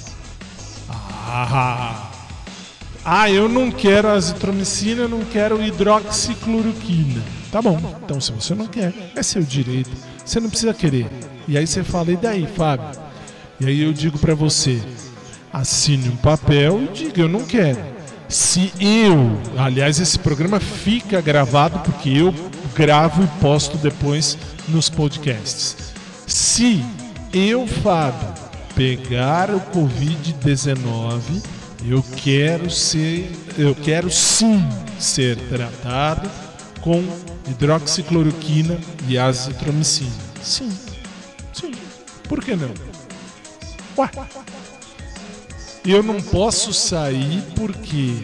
Ah, ah, eu não quero azitromicina, eu não quero hidroxicloroquina. Tá bom, então se você não quer, é seu direito. Você não precisa querer. E aí você fala, e daí, Fábio? E aí eu digo pra você, assine um papel e diga, eu não quero. Se eu, aliás, esse programa fica gravado porque eu gravo e posto depois nos podcasts. Se eu, Fábio, pegar o covid dezenove, eu quero ser, eu quero sim ser tratado com hidroxicloroquina e azitromicina. Sim, sim. Por que não? Ué. Eu não posso sair porque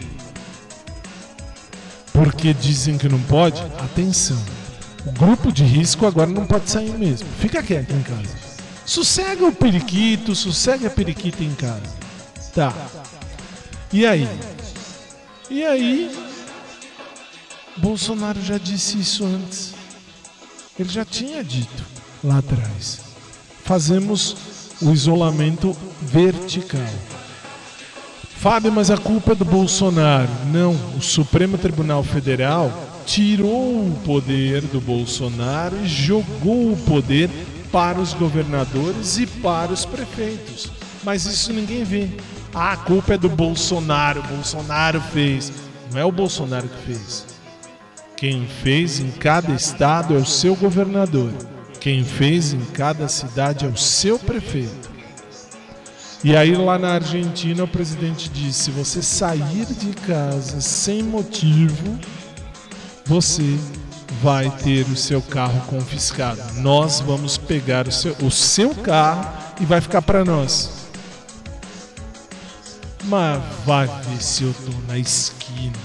porque dizem que não pode. Atenção, o grupo de risco agora não pode sair mesmo. Fica quieto em casa. Sossega o periquito, sossega a periquita em casa. Tá. E aí? E aí? Bolsonaro já disse isso antes. Ele já tinha dito lá atrás. Fazemos o isolamento vertical. Fábio, mas a culpa é do Bolsonaro. Não, o Supremo Tribunal Federal tirou o poder do Bolsonaro e jogou o poder para os governadores e para os prefeitos. Mas isso ninguém vê. Ah, a culpa é do Bolsonaro, o Bolsonaro fez. Não é o Bolsonaro que fez. Quem fez em cada estado é o seu governador. Quem fez em cada cidade é o seu prefeito. E aí lá na Argentina o presidente disse, se você sair de casa sem motivo, você vai ter o seu carro confiscado. Nós vamos pegar o seu, o seu carro e vai ficar para nós. Mas vai ver se eu tô na esquina.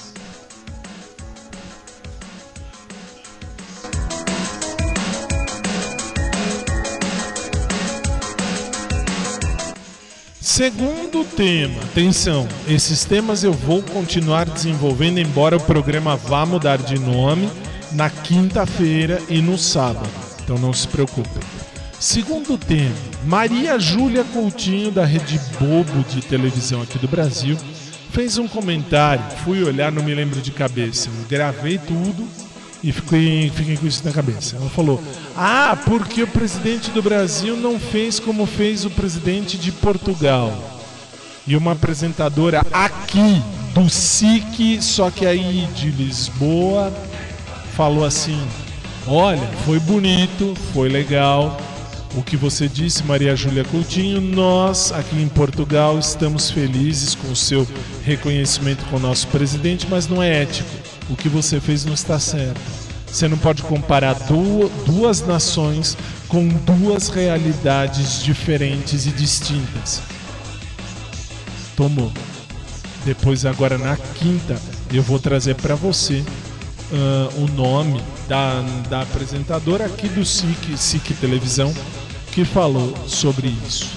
Segundo tema, atenção, esses temas eu vou continuar desenvolvendo, embora o programa vá mudar de nome na quinta-feira e no sábado, então não se preocupem. Segundo tema, Maria Júlia Coutinho, da Rede Bobo de televisão aqui do Brasil, fez um comentário, fui olhar, não me lembro de cabeça, eu gravei tudo e fiquei, fiquei com isso na cabeça. Ela falou, ah, porque o presidente do Brasil não fez como fez o presidente de Portugal. E uma apresentadora aqui do S I C, só que aí de Lisboa, falou assim, olha, foi bonito, foi legal o que você disse, Maria Júlia Coutinho, nós aqui em Portugal estamos felizes com o seu reconhecimento com o nosso presidente, mas não é ético. O que você fez não está certo. Você não pode comparar duas nações com duas realidades diferentes e distintas. Tomou. Depois, agora na quinta, eu vou trazer para você uh, o nome da, da apresentadora aqui do S I C, S I C Televisão, que falou sobre isso.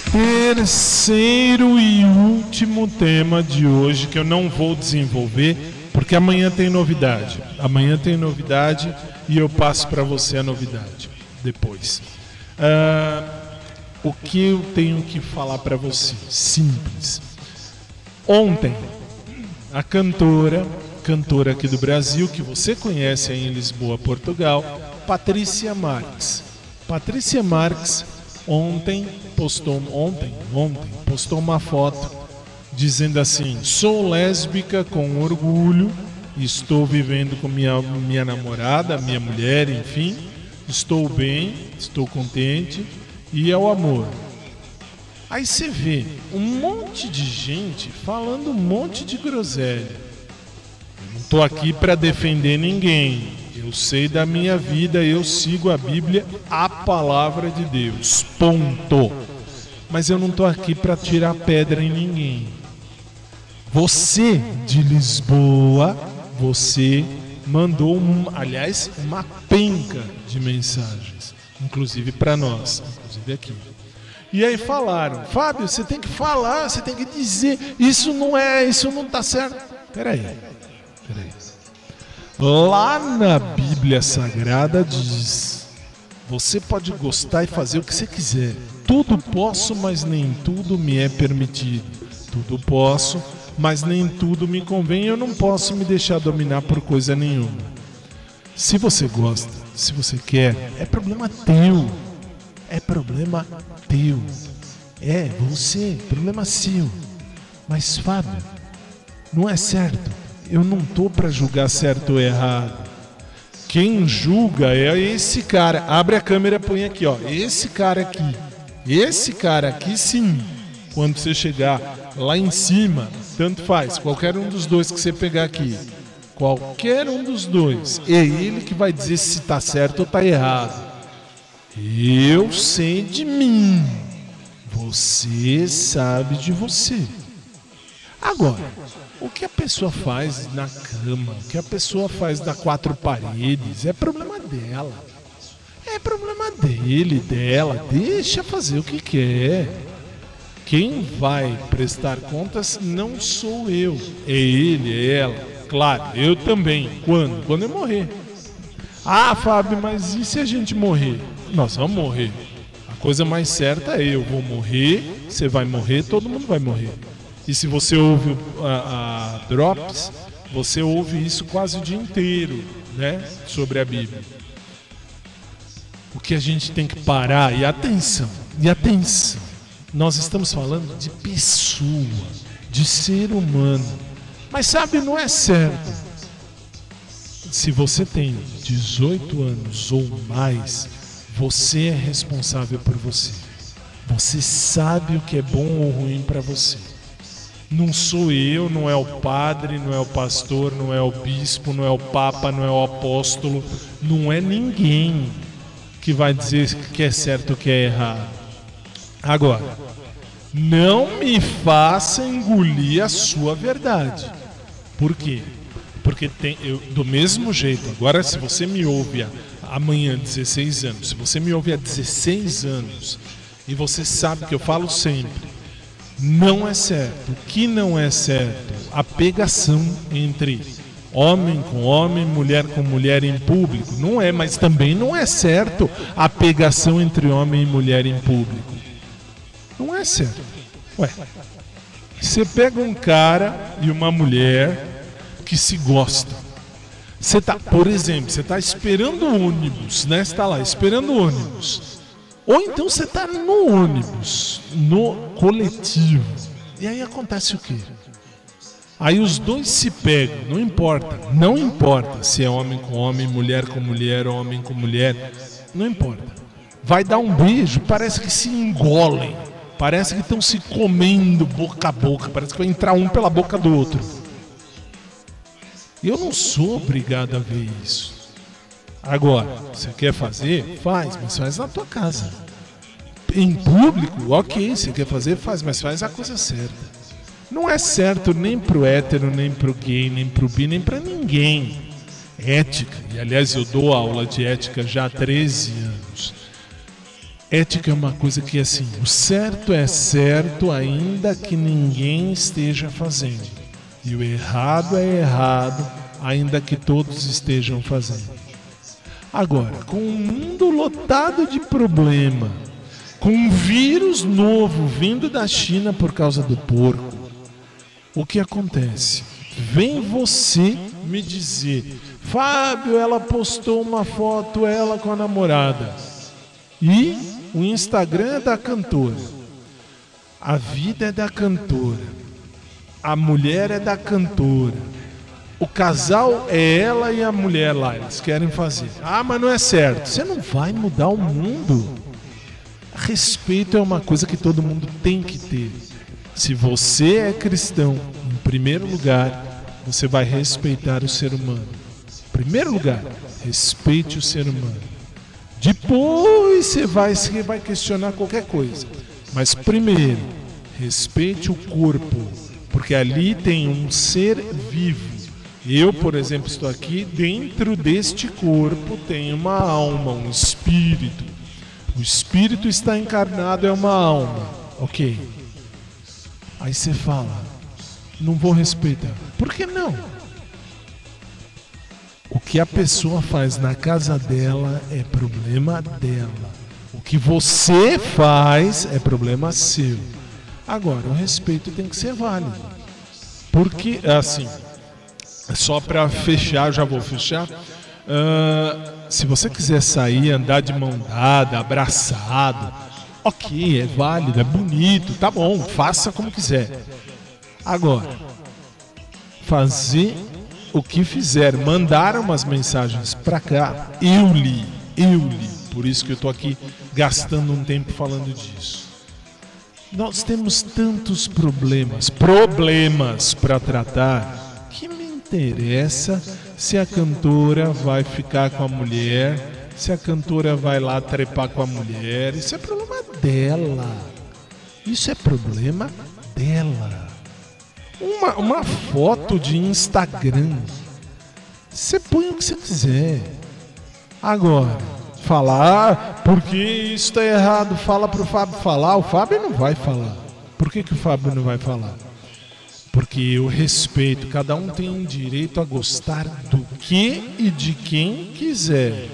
Terceiro e último tema de hoje, que eu não vou desenvolver, porque amanhã tem novidade. Amanhã tem novidade e eu passo para você a novidade depois. Uh, o que eu tenho que falar para você? Simples. Ontem, a cantora, cantora aqui do Brasil, que você conhece aí em Lisboa, Portugal, Patrícia Marques. Patrícia Marques ontem postou, ontem, ontem, postou uma foto dizendo assim: sou lésbica com orgulho, estou vivendo com minha, minha namorada, minha mulher, enfim, estou bem, estou contente e é o amor. Aí você vê um monte de gente falando um monte de groselha. Eu não estou aqui para defender ninguém. Eu sei da minha vida, eu sigo a Bíblia, a palavra de Deus. Ponto. Mas eu não estou aqui para tirar pedra em ninguém. Você de Lisboa, você mandou, um, aliás, uma penca de mensagens, inclusive para nós, inclusive aqui. E aí falaram: Fábio, você tem que falar, você tem que dizer, isso não é, isso não está certo. Peraí, peraí. Lá na Bíblia Sagrada diz: você pode gostar e fazer o que você quiser. Tudo posso, mas nem tudo me é permitido. Tudo posso, mas nem tudo me convém. Eu não posso me deixar dominar por coisa nenhuma. Se você gosta, se você quer, é problema teu. É problema teu. É você, problema seu. Mas Fábio, não é certo. Eu não tô para julgar certo ou errado. Quem julga é esse cara. Abre a câmera, põe aqui, ó. Esse cara aqui. Esse cara aqui, sim. Quando você chegar lá em cima, tanto faz. Qualquer um dos dois que você pegar aqui. Qualquer um dos dois. É ele que vai dizer se tá certo ou tá errado. Eu sei de mim. Você sabe de você. Agora, o que a pessoa faz na cama, o que a pessoa faz nas quatro paredes, é problema dela. É problema dele, dela. Deixa fazer o que quer. Quem vai prestar contas não sou eu. É ele, é ela. Claro, eu também. Quando? Quando eu morrer. Ah, Fábio, mas e se a gente morrer? Nós vamos morrer. A coisa mais certa é: eu vou morrer, você vai morrer, todo mundo vai morrer. E se você ouve a, a Drops, você ouve isso quase o dia inteiro, né? Sobre a Bíblia. O que a gente tem que parar, e atenção, e atenção, nós estamos falando de pessoa, de ser humano. Mas sabe, não é certo. Se você tem dezoito anos ou mais, você é responsável por você. Você sabe o que é bom ou ruim para você. Não sou eu, não é o padre, não é o pastor, não é o bispo, não é o papa, não é o apóstolo, não é ninguém que vai dizer que é certo ou que é errado. Agora, não me faça engolir a sua verdade. Por quê? Porque tem, eu, do mesmo jeito, agora se você me ouve há, amanhã, dezesseis anos, se você me ouve há dezesseis anos, e você sabe que eu falo sempre, não é certo. O que não é certo? A pegação entre homem com homem, mulher com mulher em público. Não é, mas também não é certo a pegação entre homem e mulher em público. Não é certo. Ué, você pega um cara e uma mulher que se gostam. Você tá, por exemplo, você está esperando o ônibus, né? Você está lá esperando o ônibus. Ou então você está no ônibus, no coletivo. E aí acontece o quê? Aí os dois se pegam, não importa. Não importa se é homem com homem, mulher com mulher, homem com mulher. Não importa. Vai dar um beijo, parece que se engolem. Parece que estão se comendo boca a boca. Parece que vai entrar um pela boca do outro. Eu não sou obrigado a ver isso. Agora, você quer fazer? Faz, mas faz na tua casa. Em público, ok, você quer fazer? Faz, mas faz a coisa certa. Não é certo nem pro hétero, nem pro gay, nem pro bi, nem pra ninguém. Ética, e aliás eu dou aula de ética já há treze anos. Ética é uma coisa que, assim, o certo é certo ainda que ninguém esteja fazendo. E o errado é errado ainda que todos estejam fazendo. Agora, com um mundo lotado de problema, com um vírus novo vindo da China por causa do porco, o que acontece? Vem você me dizer, Fábio, ela postou uma foto, ela com a namorada. E o Instagram é da cantora. A vida é da cantora. A mulher é da cantora. O casal é ela e a mulher lá, eles querem fazer. Ah, mas não é certo. Você não vai mudar o mundo. Respeito é uma coisa que todo mundo tem que ter. Se você é cristão, em primeiro lugar, você vai respeitar o ser humano. Em primeiro lugar, respeite o ser humano. Depois você vai, você vai questionar qualquer coisa. Mas primeiro, respeite o corpo, porque ali tem um ser vivo. Eu, por exemplo, estou aqui, dentro deste corpo tem uma alma, um espírito. O espírito está encarnado, é uma alma. Ok. Aí você fala, não vou respeitar. Por que não? O que a pessoa faz na casa dela é problema dela. O que você faz é problema seu. Agora, o respeito tem que ser válido. Porque, assim... Só para fechar, já vou fechar. Uh, se você quiser sair, andar de mão dada, abraçado, ok, é válido, é bonito, tá bom, faça como quiser. Agora, fazer o que fizer, mandar umas mensagens para cá, eu li, eu li. Por isso que eu tô aqui gastando um tempo falando disso. Nós temos tantos problemas, problemas para tratar. Interessa se a cantora vai ficar com a mulher, se a cantora vai lá trepar com a mulher. Isso é problema dela. Isso é problema dela. Uma, uma foto de Instagram, você põe o que você quiser. Agora, falar porque isso está errado, fala pro Fábio falar. O Fábio não vai falar. Por que, que o Fábio não vai falar? Porque eu respeito, cada um tem direito a gostar do que e de quem quiser.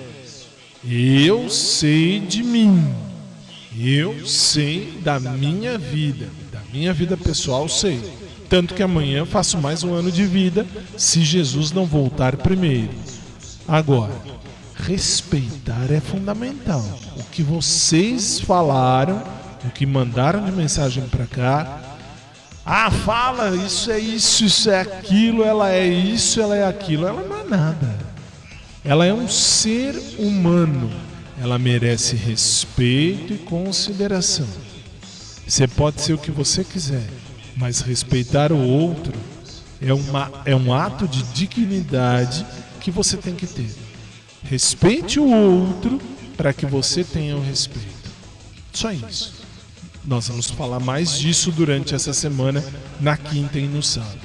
Eu sei de mim, eu sei da minha vida, da minha vida pessoal sei. Tanto que amanhã eu faço mais um ano de vida, se Jesus não voltar primeiro. Agora, respeitar é fundamental. O que vocês falaram, o que mandaram de mensagem para cá, ah, fala, isso é isso, isso é aquilo, ela é isso, ela é aquilo. Ela não é nada. Ela é um ser humano. Ela merece respeito e consideração. Você pode ser o que você quiser, mas respeitar o outro é, uma, é um ato de dignidade que você tem que ter. Respeite o outro para que você tenha o respeito. Só isso. Nós vamos falar mais disso durante essa semana, na quinta e no sábado.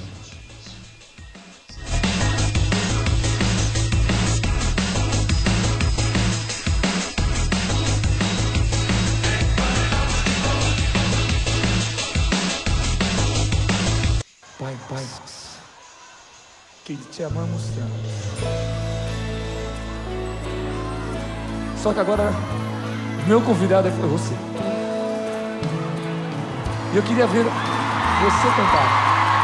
Pai, Pai, que te amamos tanto. Só que agora, meu convidado é você. E eu queria ver você cantar.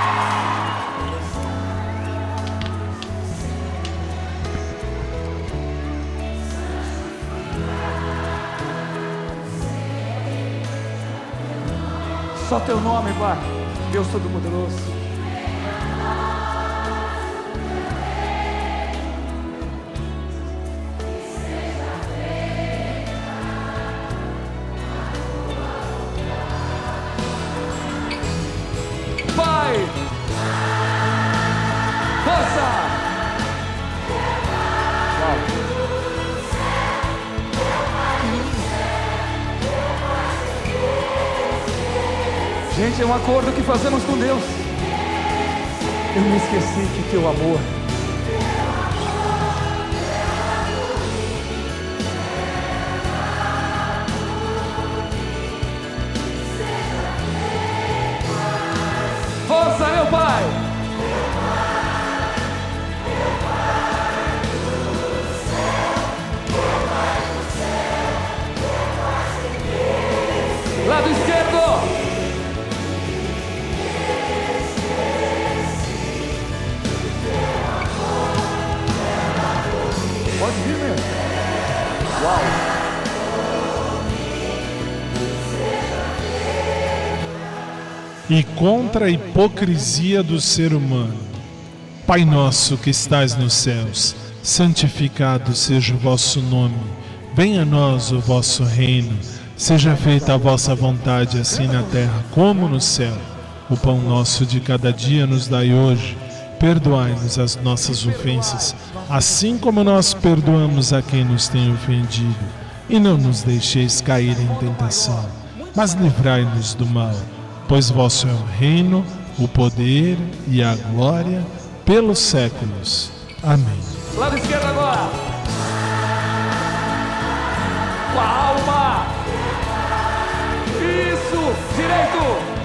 Só teu nome, Pai, Deus Todo-Poderoso. Gente, é um acordo que fazemos com Deus. Eu me esqueci que teu amor Uau! E contra a hipocrisia do ser humano. Pai nosso que estais nos céus, santificado seja o vosso nome. Venha a nós o vosso reino. Seja feita a vossa vontade, assim na terra como no céu. O pão nosso de cada dia nos dai hoje. Perdoai-nos as nossas ofensas, assim como nós perdoamos a quem nos tem ofendido. E não nos deixeis cair em tentação, mas livrai-nos do mal. Pois vosso é o reino, o poder e a glória pelos séculos. Amém. Lado esquerdo agora. Com a alma. Isso. Direito.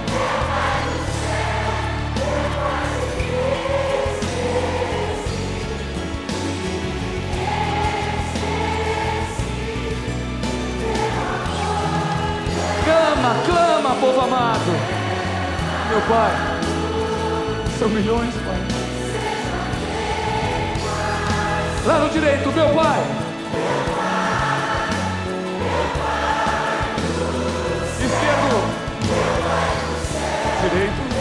Clama, clama, povo amado. Meu Pai, são milhões, Pai. Lá no direito, meu Pai. Esquerdo. Direito.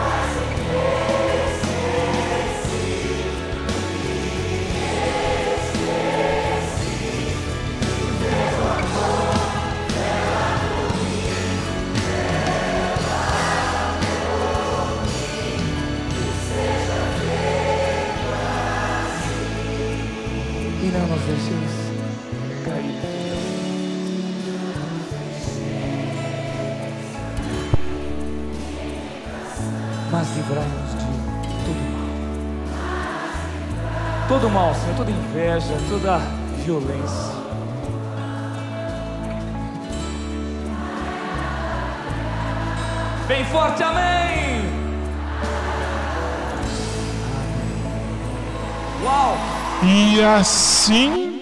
E não nos deixeis cair. Mas livrai-nos de todo mal. Todo mal, Senhor, toda inveja, toda violência. Bem forte, amém! Uau! E assim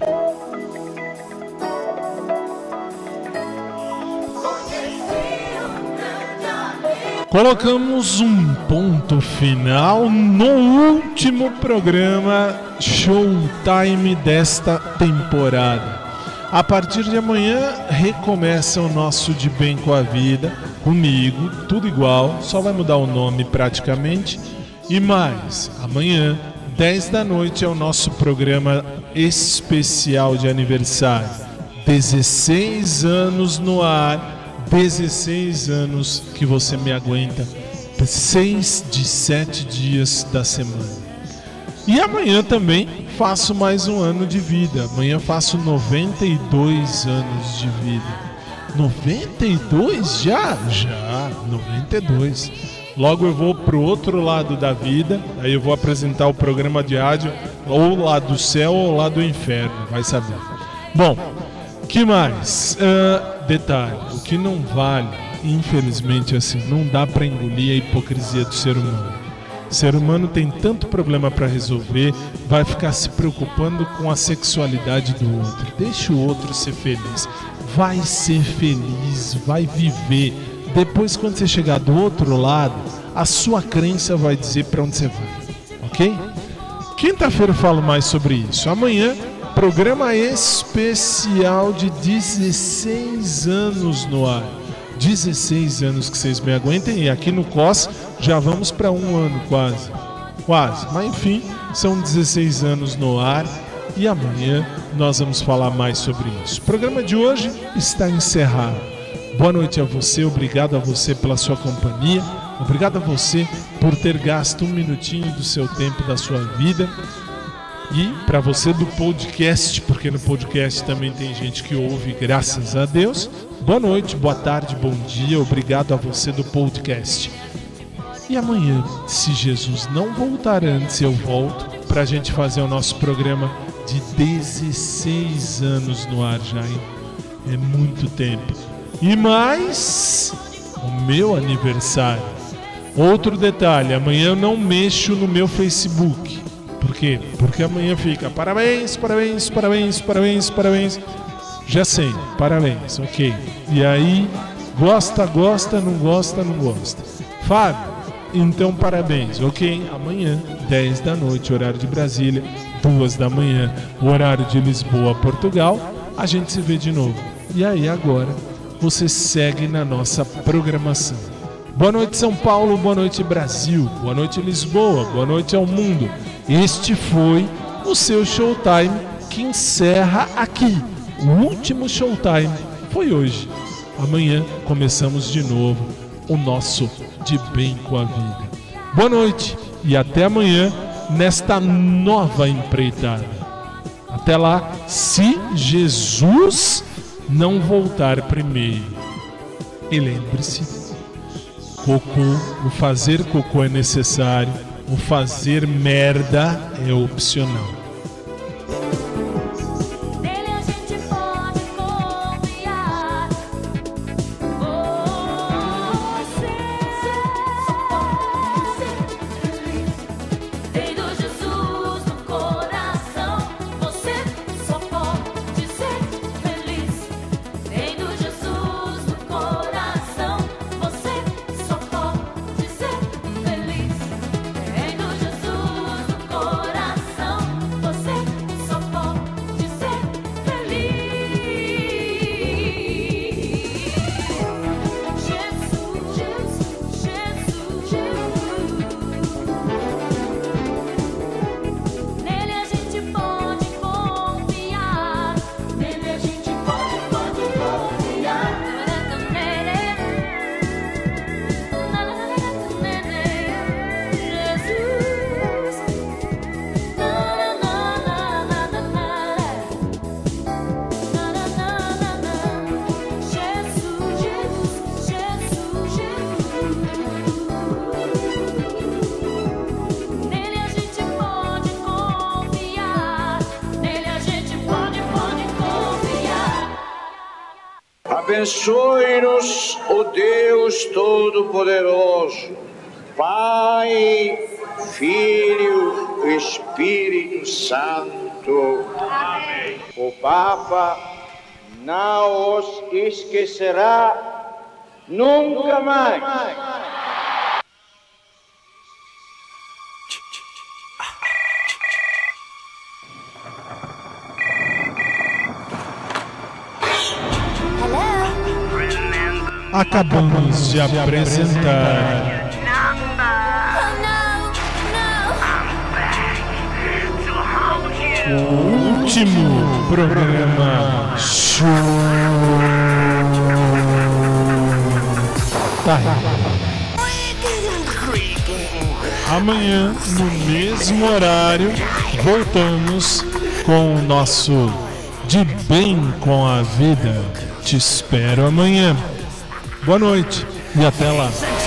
colocamos um ponto final no último programa Showtime desta temporada. A partir de amanhã recomeça o nosso De Bem com a Vida, comigo, tudo igual, só vai mudar o nome praticamente. E mais, amanhã dez da noite é o nosso programa especial de aniversário. dezesseis anos no ar, dezesseis anos que você me aguenta, seis de sete dias da semana. E amanhã também faço mais um ano de vida. Amanhã faço noventa e dois anos de vida. noventa e dois já? Já, noventa e dois. Logo eu vou pro outro lado da vida, aí eu vou apresentar o programa de rádio, ou lá do céu ou lá do inferno, vai saber. Bom, que mais? Uh, detalhe, o que não vale, infelizmente assim, não dá pra engolir a hipocrisia do ser humano. O ser humano tem tanto problema pra resolver, vai ficar se preocupando com a sexualidade do outro. Deixa o outro ser feliz, vai ser feliz, vai viver. Depois, quando você chegar do outro lado, a sua crença vai dizer para onde você vai, ok? Quinta-feira eu falo mais sobre isso. Amanhã, programa especial de dezesseis anos no ar. dezesseis anos que vocês me aguentem, e aqui no C O S já vamos para um ano quase. Quase, mas enfim, são dezesseis anos no ar. E amanhã nós vamos falar mais sobre isso. O programa de hoje está encerrado. Boa noite a você, obrigado a você pela sua companhia, obrigado a você por ter gasto um minutinho do seu tempo, da sua vida. E para você do podcast, porque no podcast também tem gente que ouve, graças a Deus. Boa noite, boa tarde, bom dia, obrigado a você do podcast. E amanhã, se Jesus não voltar antes, eu volto para a gente fazer o nosso programa de dezesseis anos no ar já, hein? É muito tempo. E mais o meu aniversário. Outro detalhe, amanhã eu não mexo no meu Facebook. Por quê? Porque amanhã fica parabéns, parabéns, parabéns, parabéns, parabéns. Já sei, parabéns, ok. E aí, gosta, gosta, não gosta, não gosta. Fábio, então parabéns, ok? Amanhã, dez da noite, horário de Brasília, duas da manhã, horário de Lisboa, Portugal. a gente se vê de novo. E aí agora você segue na nossa programação. Boa noite São Paulo, boa noite Brasil, boa noite Lisboa, boa noite ao mundo. Este foi o seu Showtime que encerra aqui. O último Showtime foi hoje. Amanhã começamos de novo o nosso De Bem com a Vida. Boa noite e até amanhã nesta nova empreitada. Até lá, se Jesus não voltar primeiro. E lembre-se, cocô, o fazer cocô é necessário, o fazer merda é opcional. Abençoe-nos, o Deus Todo-Poderoso, Pai, Filho e Espírito Santo. Amém. O Papa não os esquecerá nunca mais. Acabamos de apresentar o último programa Show Amanhã, no mesmo horário, voltamos com o nosso De Bem com a Vida. Te espero amanhã. Boa noite e até lá.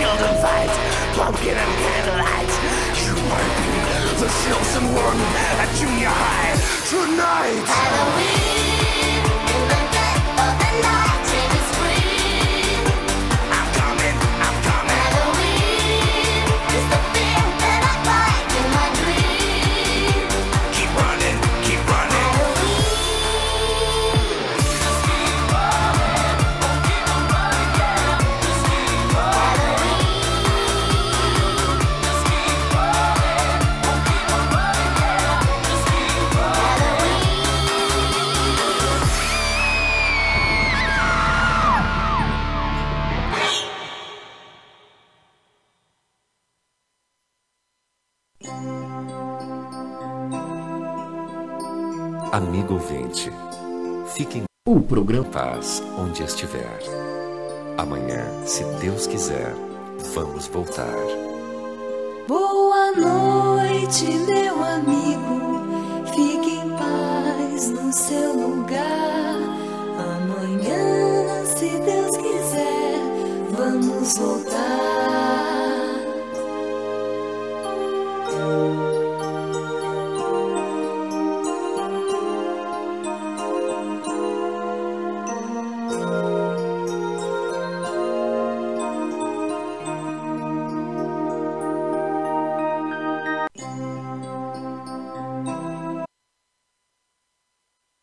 Amigo ouvinte, fique em o programa paz onde estiver. Amanhã, se Deus quiser, vamos voltar. Boa noite, meu amigo. Fique em paz no seu lugar. Amanhã, se Deus quiser, vamos voltar.